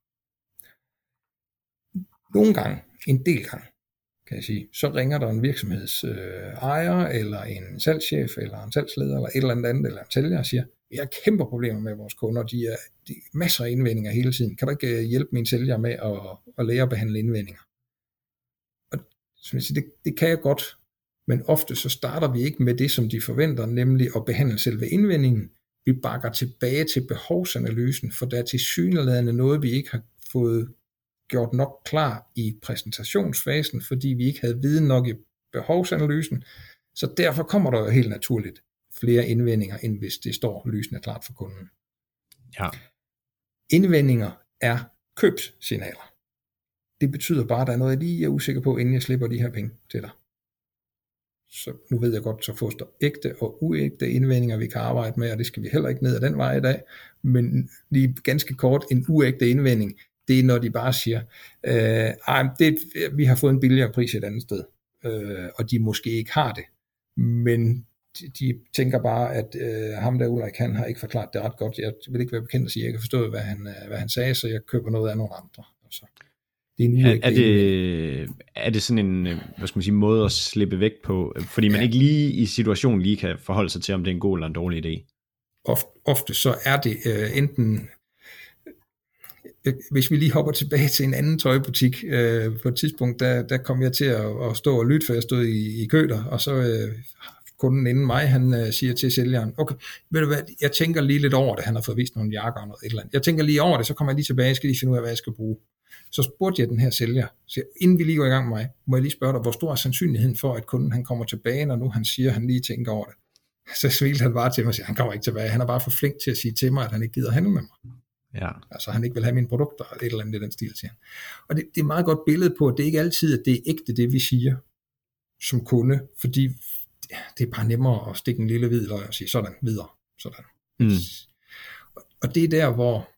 Nogle gange, en del gange, kan jeg sige, så ringer der en virksomhedsejer, eller en salgschef, eller en salgsleder, eller et eller andet, eller en sælger, og siger, jeg har kæmpe problemer med vores kunder, de er masser af indvendinger hele tiden. Kan du ikke hjælpe mine sælgere med at lære at behandle indvendinger? Og som jeg siger, det kan jeg godt, men ofte så starter vi ikke med det, som de forventer, nemlig at behandle selve indvendingen. Vi bakker tilbage til behovsanalysen, for der er tilsyneladende noget, vi ikke har fået gjort nok klar i præsentationsfasen, fordi vi ikke havde viden nok i behovsanalysen. Så derfor kommer der jo helt naturligt flere indvendinger, end hvis det står lysende klart for kunden.
Ja.
Indvendinger er købssignaler. Det betyder bare, at der er noget, jeg lige er usikker på, inden jeg slipper de her penge til dig. Så nu ved jeg godt, så fås der ægte og uægte indvendinger, vi kan arbejde med, og det skal vi heller ikke ned ad den vej i dag. Men lige ganske kort, en uægte indvending, det er, når de bare siger, vi har fået en billigere pris et andet sted, og de måske ikke har det. Men de tænker bare, at ham der Ulrik, han har ikke forklaret det ret godt. Jeg vil ikke være bekendt at sige, at jeg kan forstå, hvad han sagde, så jeg køber noget af nogle andre. Altså, det er en
er det sådan en, hvad skal man sige, måde at slippe væk på, fordi man ikke lige i situationen lige kan forholde sig til, om det er en god eller en dårlig idé?
Ofte så er det enten, hvis vi lige hopper tilbage til en anden tøjbutik, på et tidspunkt, der kom jeg til at stå og lytte, for jeg stod i kø der, og så kunden inden mig, han siger til sælgeren, okay, ved du hvad, jeg tænker lige lidt over det, han har fået vist nogle jakker og noget et eller andet. Jeg tænker lige over det, så kommer jeg lige tilbage, jeg skal lige finde ud af, hvad jeg skal bruge. Så spurgte jeg den her sælger, så inden vi lige går i gang med mig, må jeg lige spørge dig, hvor stor er sandsynligheden for, at kunden han kommer tilbage, når nu han siger, at han lige tænker over det. Så smilte han bare til mig og siger, han kommer ikke tilbage, han er bare for flink til at sige til mig, at han ikke gider handle med mig.
Ja.
Altså han ikke vil have mine produkter, et eller andet i den stil, siger han. Og det er et meget godt billede på, at det ikke altid, at det er ægte, det vi siger som kunde, fordi det er bare nemmere at stikke en lille hvid løg og sige, sådan, videre, sådan. Og det er der, hvor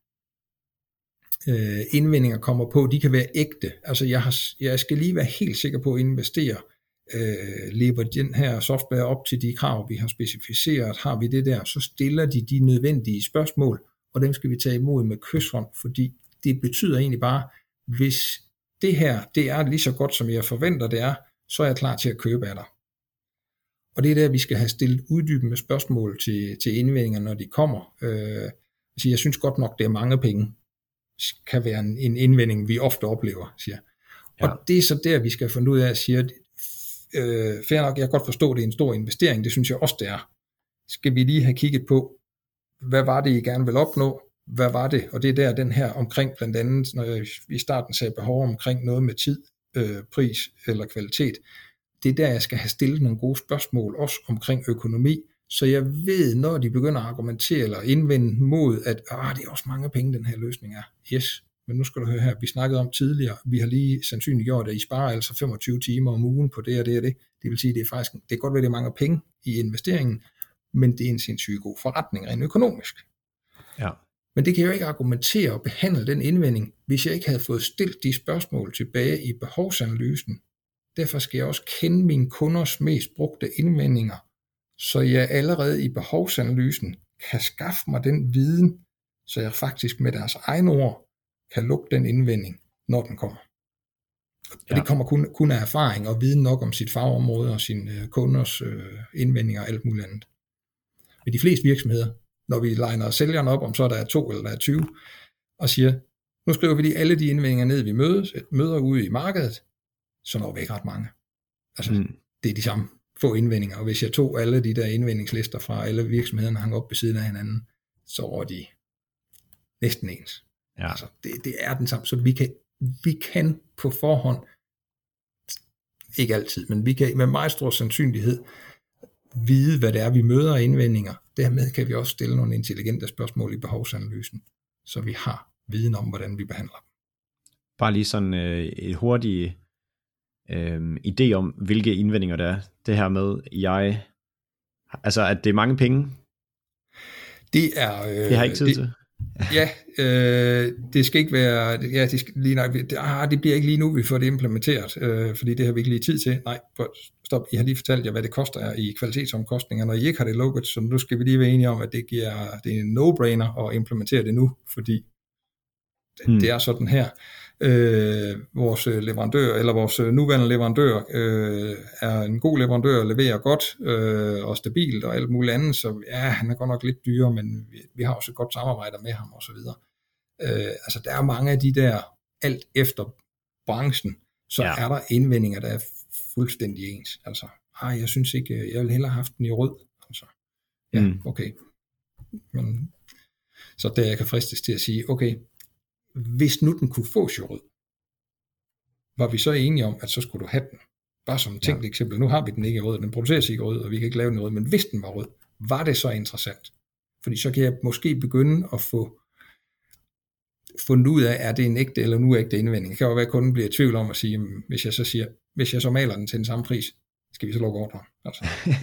indvendinger kommer på, de kan være ægte. Altså jeg skal lige være helt sikker på at investere, lever den her software op til de krav, vi har specificeret, har vi det der, så stiller de nødvendige spørgsmål, og dem skal vi tage imod med kyshånd, fordi det betyder egentlig bare, hvis det her, det er lige så godt, som jeg forventer det er, så er jeg klar til at købe af dig. Og det er der, vi skal have stillet uddybende spørgsmål til indvendinger, når de kommer. Så jeg synes godt nok, det er mange penge, kan være en indvending, vi ofte oplever, siger. Ja. Og det er så der, vi skal finde ud af at sige, fair nok, jeg kan godt forstå, det er en stor investering, det synes jeg også, det er. Skal vi lige have kigget på, hvad var det, I gerne vil opnå? Hvad var det? Og det er der, den her omkring, blandt andet, når jeg i starten sagde behov omkring noget med tid, pris eller kvalitet. Det er der, jeg skal have stillet nogle gode spørgsmål, også omkring økonomi, så jeg ved, når de begynder at argumentere eller indvende mod, at det er også mange penge, den her løsning er. Yes, men nu skal du høre her, vi snakkede om tidligere, vi har lige sandsynliggjort, at I sparer altså 25 timer om ugen på det og det og det. Det vil sige, det er faktisk, det er godt ved, det er mange penge i investeringen, men det er en sindssygt god forretning rent økonomisk.
Ja.
Men det kan jeg jo ikke argumentere og behandle den indvending, hvis jeg ikke havde fået stillet de spørgsmål tilbage i behovsanalysen. Derfor skal jeg også kende mine kunders mest brugte indvendinger, så jeg allerede i behovsanalysen kan skaffe mig den viden, så jeg faktisk med deres egne ord kan lukke den indvending, når den kommer. Og det kommer kun af erfaring og viden nok om sit fagområde og sine kunders indvendinger og alt muligt andet. Ved de fleste virksomheder, når vi liner sælgerne op, om så der er 2 eller der er 20, og siger, nu skriver vi alle de indvendinger ned, vi møder ude i markedet, så når vi ikke ret mange. Altså, det er de samme få indvendinger, og hvis jeg tog alle de der indvendingslister fra alle virksomhederne hang op ved siden af hinanden, så var de næsten ens.
Ja.
Altså, det er den samme, så vi kan på forhånd, ikke altid, men vi kan med meget stor sandsynlighed vide, hvad det er, vi møder af indvendinger. Dermed kan vi også stille nogle intelligente spørgsmål i behovsanalysen, så vi har viden om, hvordan vi behandler dem.
Bare lige sådan et hurtigt idé om, hvilke indvendinger der er. Det her med, altså at det er mange penge.
Det er...
det har jeg ikke tid til.
Ja, det skal ikke være, ja, det bliver ikke lige nu, vi får det implementeret, fordi det har vi ikke lige tid til. Nej, stop, I har lige fortalt jer, hvad det koster i kvalitetsomkostninger, når I ikke har det lukket, så nu skal vi lige være enige om, at det er en no-brainer at implementere det nu, fordi det er sådan her. Vores leverandør, eller vores nuværende leverandør, er en god leverandør, leverer godt og stabilt og alt muligt andet, så ja, han er godt nok lidt dyrere, men vi har også et godt samarbejde med ham og så videre. Altså der er mange af de der, alt efter branchen, så er der indvendinger, der er fuldstændig ens. Altså, jeg synes ikke, jeg vil hellere have haft den i rød. Altså, ja, okay. Men, så der jeg kan fristes til at sige, okay, hvis nu den kunne fås i rød, var vi så enige om, at så skulle du have den. Bare som et tænkt eksempel. Nu har vi den ikke i rød, den produceres ikke i rød, og vi kan ikke lave den i rød, men hvis den var rød, var det så interessant? Fordi så kan jeg måske begynde at få fundet ud af, er det en ægte eller en uægte indvending. Det kan jo være, at kunden bliver i tvivl om at sige, hvis jeg så maler den til den samme pris, skal vi så lukke ordre. Altså,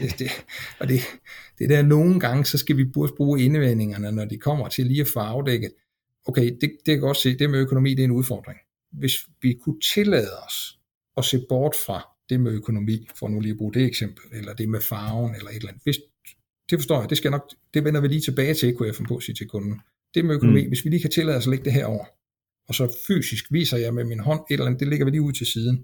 det der nogle gange, så skal vi bruge indvendingerne, når de kommer til lige at få afdækket, okay, det kan godt se, det med økonomi, det er en udfordring. Hvis vi kunne tillade os at se bort fra det med økonomi, for nu lige at bruge det eksempel, eller det med farven, eller et eller andet. Det forstår jeg, det vender vi lige tilbage til, kunne jeg finde på at sige til kunden. Det med økonomi, hvis vi lige kan tillade os at lægge det her over, og så fysisk viser jeg med min hånd et eller andet, det lægger vi lige ud til siden.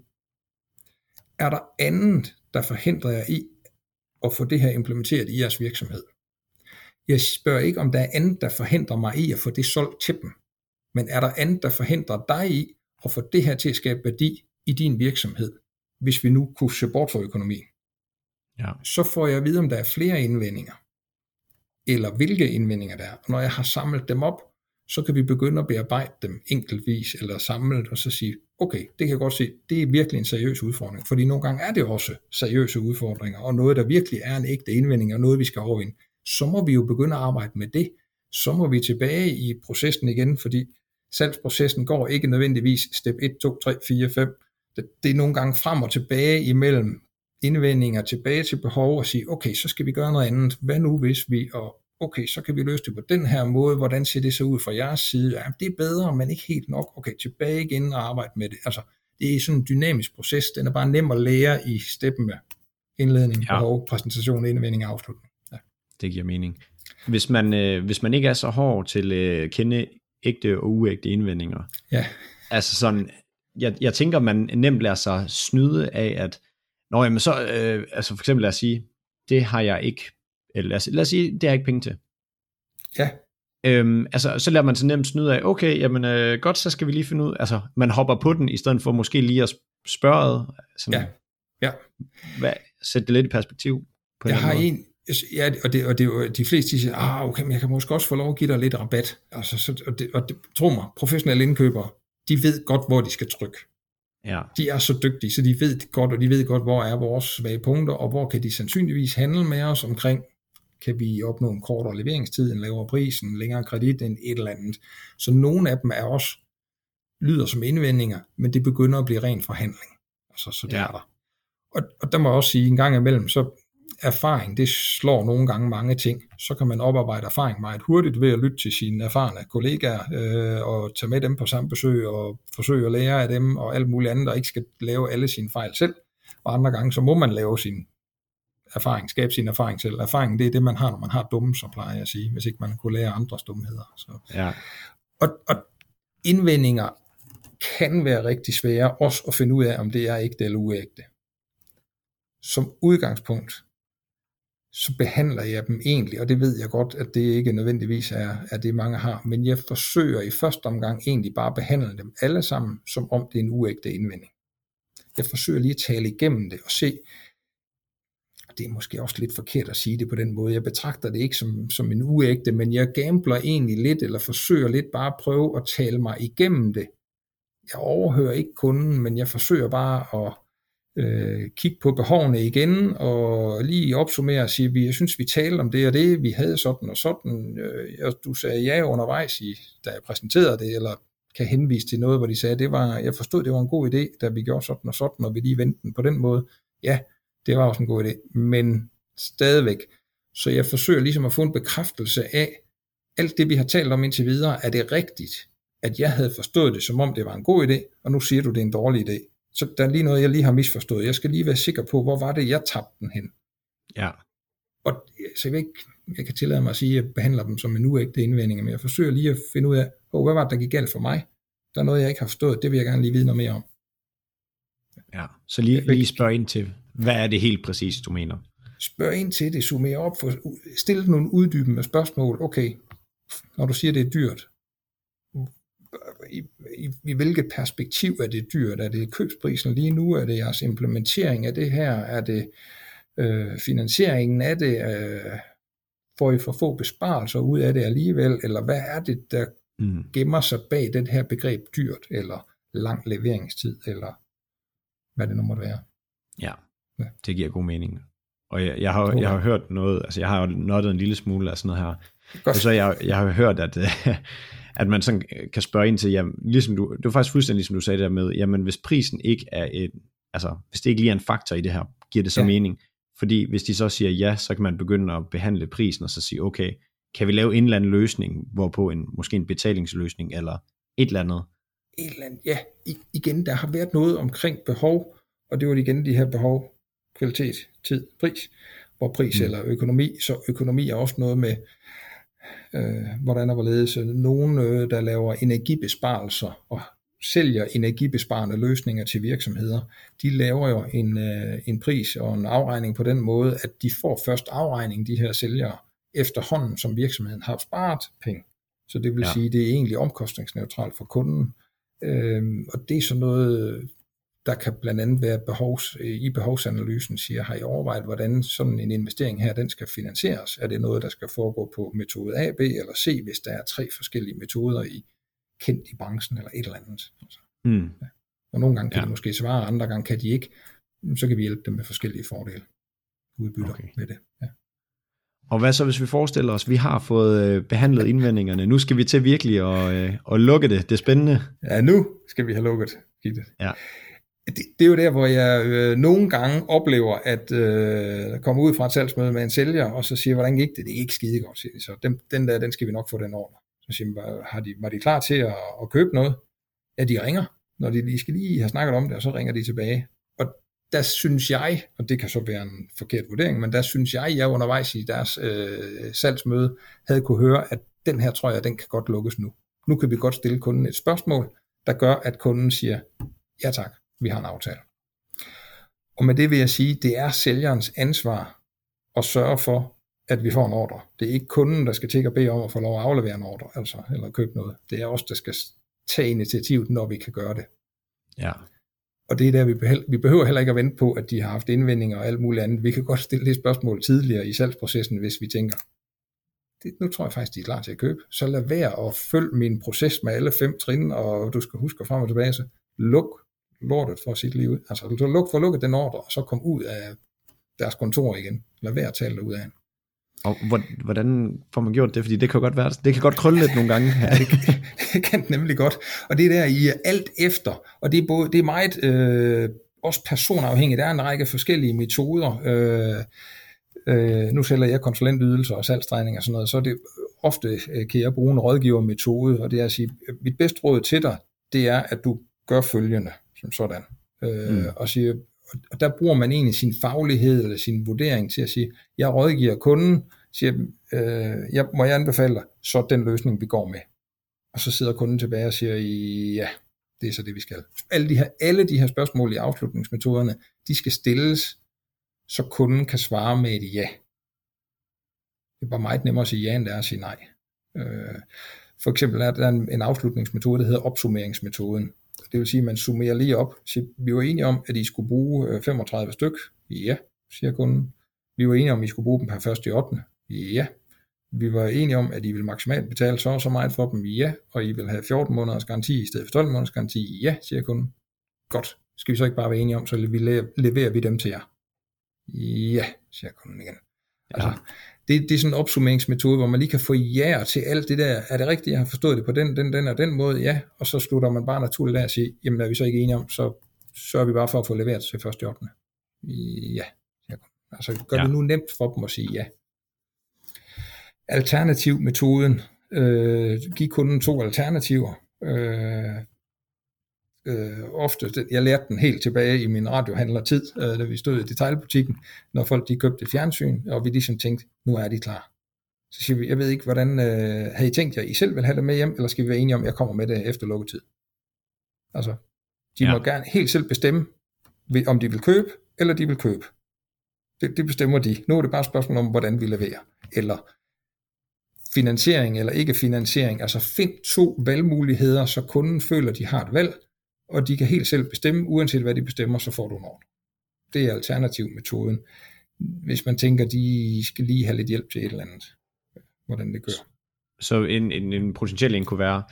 Er der andet, der forhindrer jer i at få det her implementeret i jeres virksomhed? Jeg spørger ikke, om der er andet, der forhindrer mig i at få det solgt til dem, men er der andet, der forhindrer dig i at få det her til at skabe værdi i din virksomhed, hvis vi nu kunne se bort fra økonomi? Ja. Så får jeg at vide, om der er flere indvendinger, eller hvilke indvendinger der er. Og når jeg har samlet dem op, så kan vi begynde at bearbejde dem enkeltvis, eller samlet, og så sige, okay, det kan jeg godt se, det er virkelig en seriøs udfordring, fordi nogle gange er det også seriøse udfordringer, og noget, der virkelig er en ægte indvending, og noget, vi skal overvinde. Så må vi jo begynde at arbejde med det. Så må vi tilbage i processen igen, fordi salgsprocessen går ikke nødvendigvis step 1, 2, 3, 4, 5. Det er nogle gange frem og tilbage imellem indvendinger, tilbage til behov og sige, okay, så skal vi gøre noget andet. Hvad nu hvis vi, og okay, så kan vi løse det på den her måde. Hvordan ser det så ud fra jeres side? Ja, det er bedre, men ikke helt nok. Okay, tilbage igen og arbejde med det. Altså, det er sådan en dynamisk proces. Den er bare nem at lære i steppen med indledning, behov, præsentation, indvending og afslutning. Ja.
Det giver mening. Hvis man ikke er så hård til at kende ægte og uægte indvendinger, altså sådan, jeg tænker, man nemt lader sig snyde af, at jamen så, altså for eksempel lad os sige, det har jeg ikke, eller lad os sige, det har jeg ikke penge til.
Ja.
Altså, så lader man sig nemt snyde af, okay, jamen godt, så skal vi lige finde ud, altså man hopper på den, i stedet for måske lige at spørge, sådan, sætte det lidt i perspektiv. På
jeg har en, og det de fleste siger, okay, men jeg kan måske også få lov at give dig lidt rabat. Altså, og det, tro mig, professionelle indkøbere, de ved godt, hvor de skal trykke. Ja. De er så dygtige, så de ved det godt, og de ved godt, hvor er vores svage punkter, og hvor kan de sandsynligvis handle med os omkring, kan vi opnå en kortere leveringstid, en lavere pris, en længere kredit, end et eller andet. Så nogle af dem er også, lyder som indvendinger, men det begynder at blive ren forhandling. Altså, så det er der. Og der må jeg også sige, en gang imellem, så erfaring, det slår nogle gange mange ting. Så kan man oparbejde erfaring meget hurtigt ved at lytte til sine erfarne kollegaer og tage med dem på samme besøg og forsøge at lære af dem og alt muligt andet, og ikke skal lave alle sine fejl selv. Og andre gange, så må man lave sin erfaring, skabe sin erfaring selv. Erfaringen, det er det, man har, når man har dumme, så plejer jeg at sige, hvis ikke man kunne lære andres dumheder. Så. Ja. Og indvendinger kan være rigtig svære også at finde ud af, om det er ægte eller uægte. Som udgangspunkt, så behandler jeg dem egentlig, og det ved jeg godt, at det ikke nødvendigvis er det, mange har, men jeg forsøger i første omgang egentlig bare at behandle dem alle sammen, som om det er en uægte indvending. Jeg forsøger lige at tale igennem det og se, det er måske også lidt forkert at sige det på den måde, jeg betragter det ikke som en uægte, men jeg gambler egentlig lidt, eller forsøger lidt bare at prøve at tale mig igennem det. Jeg overhører ikke kunden, men jeg forsøger bare at kigge på behovene igen, og lige opsummere og sige, jeg synes, vi talte om det og det, vi havde sådan og sådan, du sagde ja undervejs, da jeg præsenterede det, eller kan henvise til noget, hvor de sagde, jeg forstod, det var en god idé, da vi gjorde sådan og sådan, og vi lige vendte den på den måde. Ja, det var også en god idé, men stadigvæk. Så jeg forsøger ligesom at få en bekræftelse af, alt det, vi har talt om indtil videre, er det rigtigt, at jeg havde forstået det, som om det var en god idé, og nu siger du, det er en dårlig idé. Så der er lige noget, jeg lige har misforstået. Jeg skal lige være sikker på, hvor var det, jeg tabte den hen.
Ja.
Og så jeg kan tillade mig at sige, at jeg behandler dem som en uægte indvending, men jeg forsøger lige at finde ud af, hvad var det, der gik galt for mig? Der er noget, jeg ikke har forstået, det vil jeg gerne lige vide noget mere om.
Ja, så lige spørg ind til, hvad er det helt præcis, du mener? Spørg
ind til det, summer op, stil nogle uddybende spørgsmål. Okay, når du siger, det er dyrt, i hvilket perspektiv er det dyrt? Er det købsprisen lige nu? Er det jeres implementering af det her? Er det finansieringen af det? Får I for få besparelser ud af det alligevel? Eller hvad er det, der gemmer sig bag det her begreb dyrt? Eller lang leveringstid? Eller hvad det nu måtte være?
Ja, det giver god mening. Og jeg har hørt noget, altså jeg har nottet en lille smule af sådan noget her. Og så jeg har hørt, at man sådan kan spørge ind til, jamen, ligesom det var faktisk fuldstændig ligesom du sagde der med, jamen hvis prisen ikke er hvis det ikke lige er en faktor i det her, giver det så mening? Fordi hvis de så siger ja, så kan man begynde at behandle prisen og så sige, okay, kan vi lave en eller anden løsning, hvorpå måske en betalingsløsning eller et eller andet?
Et eller andet, ja. Igen, der har været noget omkring behov, og det var igen de her behov, kvalitet, tid, pris, hvor pris eller økonomi, så økonomi er også noget med, hvordan der var ledes. Nogen, der laver energibesparelser og sælger energibesparende løsninger til virksomheder, de laver jo en pris og en afregning på den måde, at de får først afregning, de her sælgere, efterhånden som virksomheden har sparet penge. Så det vil sige, det er egentlig omkostningsneutralt for kunden. Og det er sådan noget, der kan blandt andet være i behovsanalysen, har I overvejet, hvordan sådan en investering her, den skal finansieres? Er det noget, der skal foregå på metode A, B eller C, hvis der er 3 forskellige metoder kendt i branchen, eller et eller andet? Altså. Ja. Og nogle gange kan de måske svare, andre gange kan de ikke. Så kan vi hjælpe dem med forskellige fordele. Udbytter med det. Ja.
Og hvad så, hvis vi forestiller os, vi har fået behandlet indvendingerne, nu skal vi til virkelig at lukke det. Det er spændende.
Ja, nu skal vi have lukket.
Ja.
Det er jo der, hvor jeg nogle gange oplever, at komme ud fra et salgsmøde med en sælger, og så siger, hvordan gik det? Det er ikke skide godt, siger de. Så den skal vi nok få den ordre. Så siger man, var de klar til at købe noget? Ja, de ringer, når de skal lige have snakket om det, og så ringer de tilbage. Og der synes jeg, og det kan så være en forkert vurdering, men der synes jeg undervejs i deres salgsmøde, havde kunne høre, at den her, tror jeg, den kan godt lukkes nu. Nu kan vi godt stille kunden et spørgsmål, der gør, at kunden siger, ja tak, vi har en aftale. Og med det vil jeg sige, det er sælgerens ansvar at sørge for, at vi får en ordre. Det er ikke kunden, der skal tjekke og bede om at få lov at aflevere en ordre, eller købe noget. Det er os, der skal tage initiativet, når vi kan gøre det.
Ja.
Og det er der, vi behøver heller ikke at vente på, at de har haft indvendinger og alt muligt andet. Vi kan godt stille det spørgsmål tidligere i salgsprocessen, hvis vi tænker, nu tror jeg faktisk, de er klar til at købe. Så lad være at følge min proces med alle 5 trin, og du skal huske at frem og tilbage, så luk lortet for sit liv ud. Altså få lukket den ordre, og så kom ud af deres kontor igen. Lad være at tale ud af.
Og hvordan får man gjort det? Fordi det kan godt være, det kan godt krølle lidt nogle gange.
Ja, det kan nemlig godt. Og det er der i alt efter, og det er meget også personafhængigt. Der er en række forskellige metoder. Nu sælger jeg konsulentydelser og salgstræning og sådan noget, så det ofte kan jeg bruge en rådgivermetode, og det er at sige, mit bedste råd til dig, det er, at du gør følgende, som sådan. Og siger, og der bruger man egentlig sin faglighed eller sin vurdering til at sige, jeg rådgiver kunden, siger, må jeg anbefale dig, så den løsning vi går med. Og så sidder kunden tilbage og siger, ja, Det er så det, vi skal. Alle de her spørgsmål i afslutningsmetoderne, de skal stilles, så kunden kan svare med et ja. Det er bare meget nemmere at sige ja, end det er at sige nej. For eksempel er der en afslutningsmetode, der hedder opsummeringsmetoden. Det vil sige, at man summerer lige op. Så vi var enige om, at I skulle bruge 35 styk. Ja, siger kunden. Vi var enige om, at I skulle bruge dem per 1.8. Ja. Vi var enige om, at I ville maksimalt betale så og så meget for dem. Ja. Og I vil have 14 måneders garanti i stedet for 12 måneders garanti. Ja, siger kunden. Godt. Skal vi så ikke bare være enige om, så leverer vi dem til jer? Ja, siger kunden igen. Altså, det er sådan en opsummeringsmetode, hvor man lige kan få ja til alt det der. Er det rigtigt, jeg har forstået det på den og den måde? Ja, og så slutter man bare naturligt af at sige, jamen er vi så ikke enige om, så sørger vi bare for at få leveret til 1.8. Ja, altså gør det nu nemt for dem at sige ja. Alternativmetoden, giv kunden 2 alternativer. Ofte, jeg lærte den helt tilbage i min radiohandlertid, da vi stod i detailbutikken, når folk de købte et fjernsyn, og vi ligesom tænkte, nu er de klar. Så siger vi, jeg ved ikke, hvordan havde I tænkt jer, I selv vil have det med hjem, eller skal vi være enige om, at jeg kommer med det efter lukketid? Altså, de må gerne helt selv bestemme, om de vil købe, eller de vil købe. Det bestemmer de. Nu er det bare et spørgsmål om, hvordan vi leverer. Eller finansiering eller ikke finansiering. Altså find 2 valgmuligheder, så kunden føler, at de har et valg, og de kan helt selv bestemme, uanset hvad de bestemmer, så får du en ordre. Det er alternativmetoden. Hvis man tænker, de skal lige have lidt hjælp til et eller andet, hvordan det gør.
Så en potentiel en kunne være,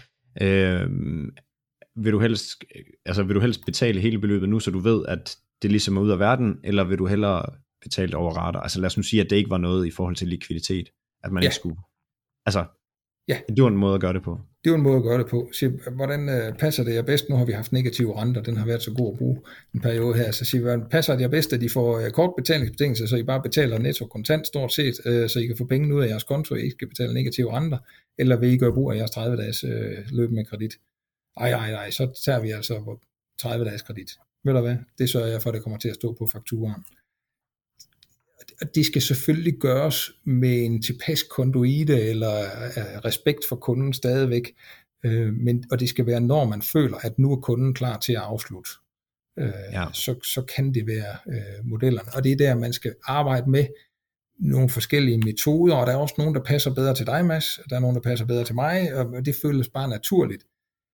vil du helst betale hele beløbet nu, så du ved, at det ligesom er ud af verden, eller vil du hellere betale over rater? Altså lad os nu sige, at det ikke var noget i forhold til likviditet, at man ikke skulle. Altså, det var en måde at gøre det på.
Det var en måde at gøre det på. Så, hvordan passer det jer bedst? Nu har vi haft negative renter, den har været så god at bruge en periode her. Så siger vi, passer det jer bedst, at I får kortbetalingsbetingelser, så I bare betaler netto kontant stort set, så I kan få penge ud af jeres konto, I ikke skal betale negative renter, eller vil I gøre brug af jeres 30-dages løbende kredit? Ej, så tager vi altså 30-dages kredit. Ved du hvad? Det sørger jeg for, at det kommer til at stå på fakturaen. Det skal selvfølgelig gøres med en tilpas konduite eller respekt for kunden stadigvæk, og det skal være, når man føler, at nu er kunden klar til at afslutte. Så kan det være modellerne. Og det er der, man skal arbejde med nogle forskellige metoder, og der er også nogen, der passer bedre til dig, Mads, der er nogen, der passer bedre til mig, og det føles bare naturligt.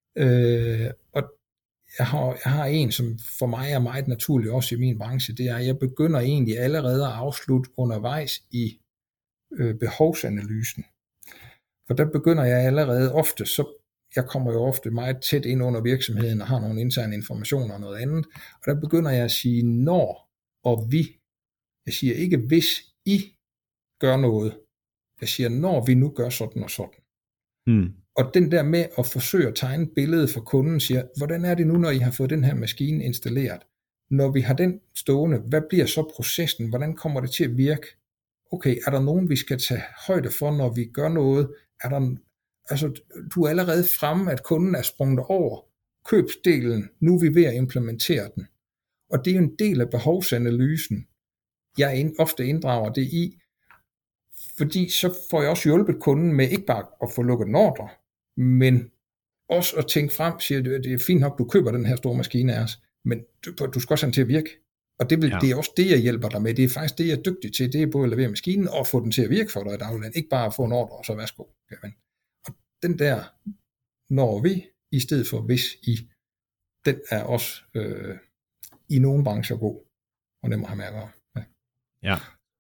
Og jeg har en, som for mig er meget naturlig også i min branche, det er, at jeg begynder egentlig allerede at afslutte undervejs i behovsanalysen. For der begynder jeg allerede ofte, så jeg kommer jo ofte meget tæt ind under virksomheden og har nogle interne informationer og noget andet, og der begynder jeg at sige når og vi. Jeg siger ikke hvis I gør noget. Jeg siger når vi nu gør sådan og sådan. Og den der med at forsøge at tegne et billede for kunden, siger, hvordan er det nu, når I har fået den her maskine installeret? Når vi har den stående, hvad bliver så processen? Hvordan kommer det til at virke? Okay, er der nogen, vi skal tage højde for, når vi gør noget? Du er allerede fremme, at kunden er sprunget over købsdelen. Nu er vi ved at implementere den. Og det er jo en del af behovsanalysen. Jeg ofte inddrager det i, fordi så får jeg også hjulpet kunden med ikke bare at få lukket en ordre, men også at tænke frem, siger det er fint nok, du køber den her store maskine af os, men du skal også have den til at virke. Og det er også det, jeg hjælper dig med. Det er faktisk det, jeg er dygtig til. Det er både at levere maskinen og få den til at virke for dig i dagligdagen. Ikke bare at få en ordre, og så værsgo. Og den der, når vi, i stedet for hvis I, den er også i nogle brancher god, og nem at have med at gøre.
Ja.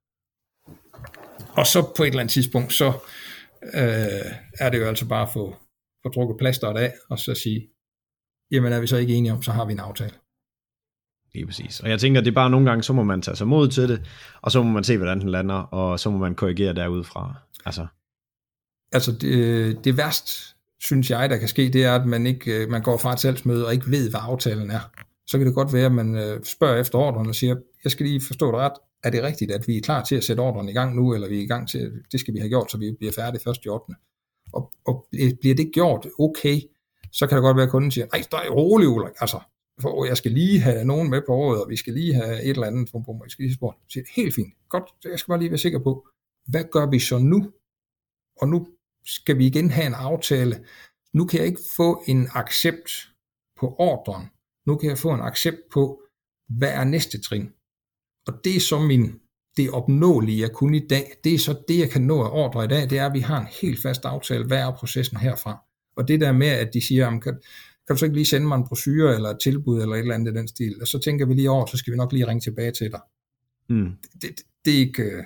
Og så på et eller andet tidspunkt, så er det jo altså bare at få drukket plasteret af, og så sige, jamen er vi så ikke enige om, så har vi en aftale.
Lige præcis. Og jeg tænker, det er bare nogle gange, så må man tage sig mod til det, og så må man se, hvordan den lander, og så må man korrigere derudfra. Altså
det værst, synes jeg, der kan ske, det er, at man går fra et salgsmøde og ikke ved, hvad aftalen er. Så kan det godt være, at man spørger efter ordren og siger, jeg skal lige forstå det ret. Er det rigtigt, at vi er klar til at sætte ordren i gang nu, eller vi er i gang til, det skal vi have gjort, så vi bliver færdige 1.8. Og bliver det gjort okay, så kan det godt være, at kunden siger, nej, der er rolig, Ulrik, altså, for jeg skal lige have nogen med på året, og vi skal lige have et eller andet, jeg skal lige spørge, siger, helt fint, godt, jeg skal bare lige være sikker på, hvad gør vi så nu? Og nu skal vi igen have en aftale. Nu kan jeg ikke få en accept på ordren. Nu kan jeg få en accept på, hvad er næste trin. Og det er så det opnåelige, jeg kunne i dag. Det er så det, jeg kan nå af ordre i dag, det er, at vi har en helt fast aftale, hvad er processen herfra. Og det der med, at de siger, kan du så ikke lige sende mig en brochure, eller et tilbud, eller et eller andet i den stil, og så tænker vi lige over, så skal vi nok lige ringe tilbage til dig. Det er ikke...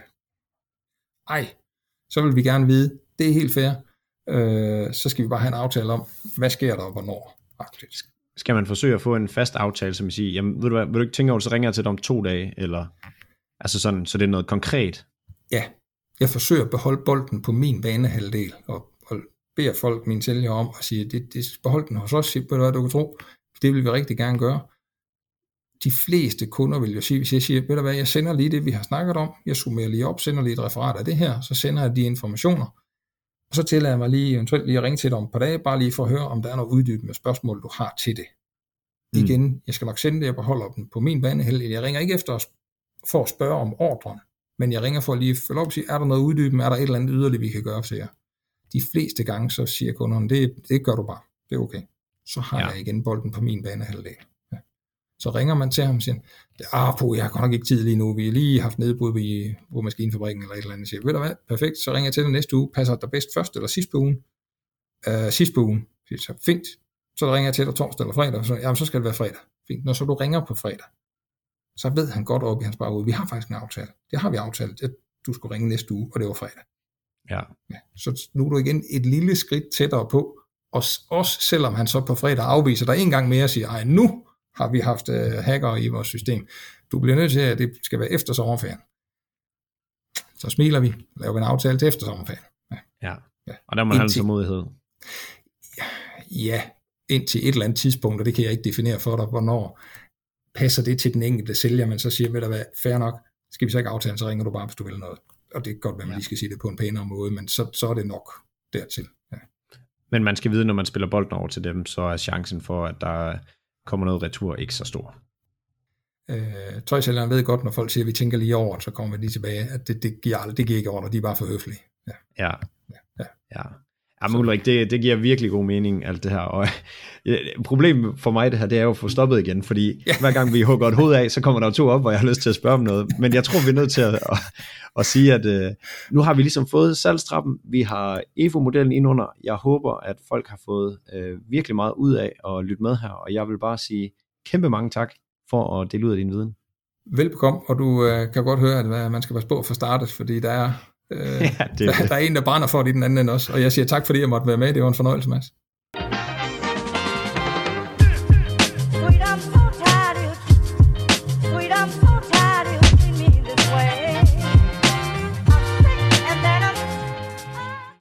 så vil vi gerne vide, det er helt fair, så skal vi bare have en aftale om, hvad sker der og hvornår. Faktisk.
Skal man forsøge at få en fast aftale, som I siger, jamen ved du hvad, vil du ikke tænke over, så ringer jeg til dig om 2 dage, eller altså sådan, så det er noget konkret?
Ja, jeg forsøger at beholde bolden på min banehalvdel, og beder folk, mine sælgere om, at sige, det behold den hos os, ved du hvad, du kan tro, det vil vi rigtig gerne gøre. De fleste kunder vil jo sige, hvis jeg siger, ved du hvad, jeg sender lige det, vi har snakket om, jeg summerer lige op, sender lige et referat af det her, så sender jeg de informationer, og så tillader jeg mig lige eventuelt lige at ringe til dig om et par dage, bare lige for at høre, om der er noget uddybende spørgsmål, du har til det. Igen, jeg skal nok sende det, jeg beholder den på min banehalvdel. Jeg ringer ikke efter for at spørge om ordren, men jeg ringer for at lige følge op og sige, er der noget uddybende, er der et eller andet yderligere, vi kan gøre til jer. De fleste gange, så siger kunderne, det gør du bare, det er okay. Så har jeg igen bolden på min banehalvdel. Ja. Så ringer man til ham og siger, jeg har godt nok ikke tid lige nu, vi har lige haft nedbrud på maskinfabrikken eller et eller andet. Jeg siger, ved du hvad, perfekt, så ringer jeg til dig næste uge, passer det bedst først eller sidst på ugen? Sidst på ugen. Så fint. Så ringer jeg til dig torsdag eller fredag, så skal det være fredag. Fint. Når så du ringer på fredag, så ved han godt op i hans bagud, vi har faktisk en aftale. Det har vi aftalt, at du skulle ringe næste uge, og det var fredag. Ja. Så nu er du igen et lille skridt tættere på, og også selvom han så på fredag afviser dig en gang mere og siger, nu har vi haft hacker i vores system. Du bliver nødt til, at det skal være efter sommerferien. Så smiler vi, laver en aftale til efter sommerferien.
Ja. Og der må man have en tålmodighed.
Ja, indtil et eller andet tidspunkt, og det kan jeg ikke definere for dig, hvornår passer det til den enkelte sælger, men så siger vi, hvad fair nok, skal vi så ikke aftale, så ringer du bare, hvis du vil noget. Og det er godt, at man lige skal sige det på en pænere måde, men så er det nok dertil. Ja.
Men man skal vide, når man spiller bolden over til dem, så er chancen for, at der kommer noget retur, ikke så stor.
Tøjsælgeren ved godt, når folk siger, at vi tænker lige over, så kommer vi lige tilbage, at det giver ikke over, de er bare for høflige.
Ja. Jamen Ulrik, det giver virkelig god mening, alt det her. Og problemet for mig, det her, det er jo at få stoppet igen, fordi hver gang vi hugger et hoved af, så kommer der 2 op, hvor jeg har lyst til at spørge om noget. Men jeg tror, vi er nødt til at sige, at nu har vi ligesom fået salgstrappen, vi har EFO-modellen indunder. Jeg håber, at folk har fået virkelig meget ud af at lytte med her, og jeg vil bare sige kæmpe mange tak for at dele ud af din viden.
Velbekomme, og du kan godt høre, at man skal passe på for startet, fordi der er... der er en, der brænder for det i den anden ende også. Og jeg siger tak, fordi jeg måtte være med. Det var en fornøjelse, Mads.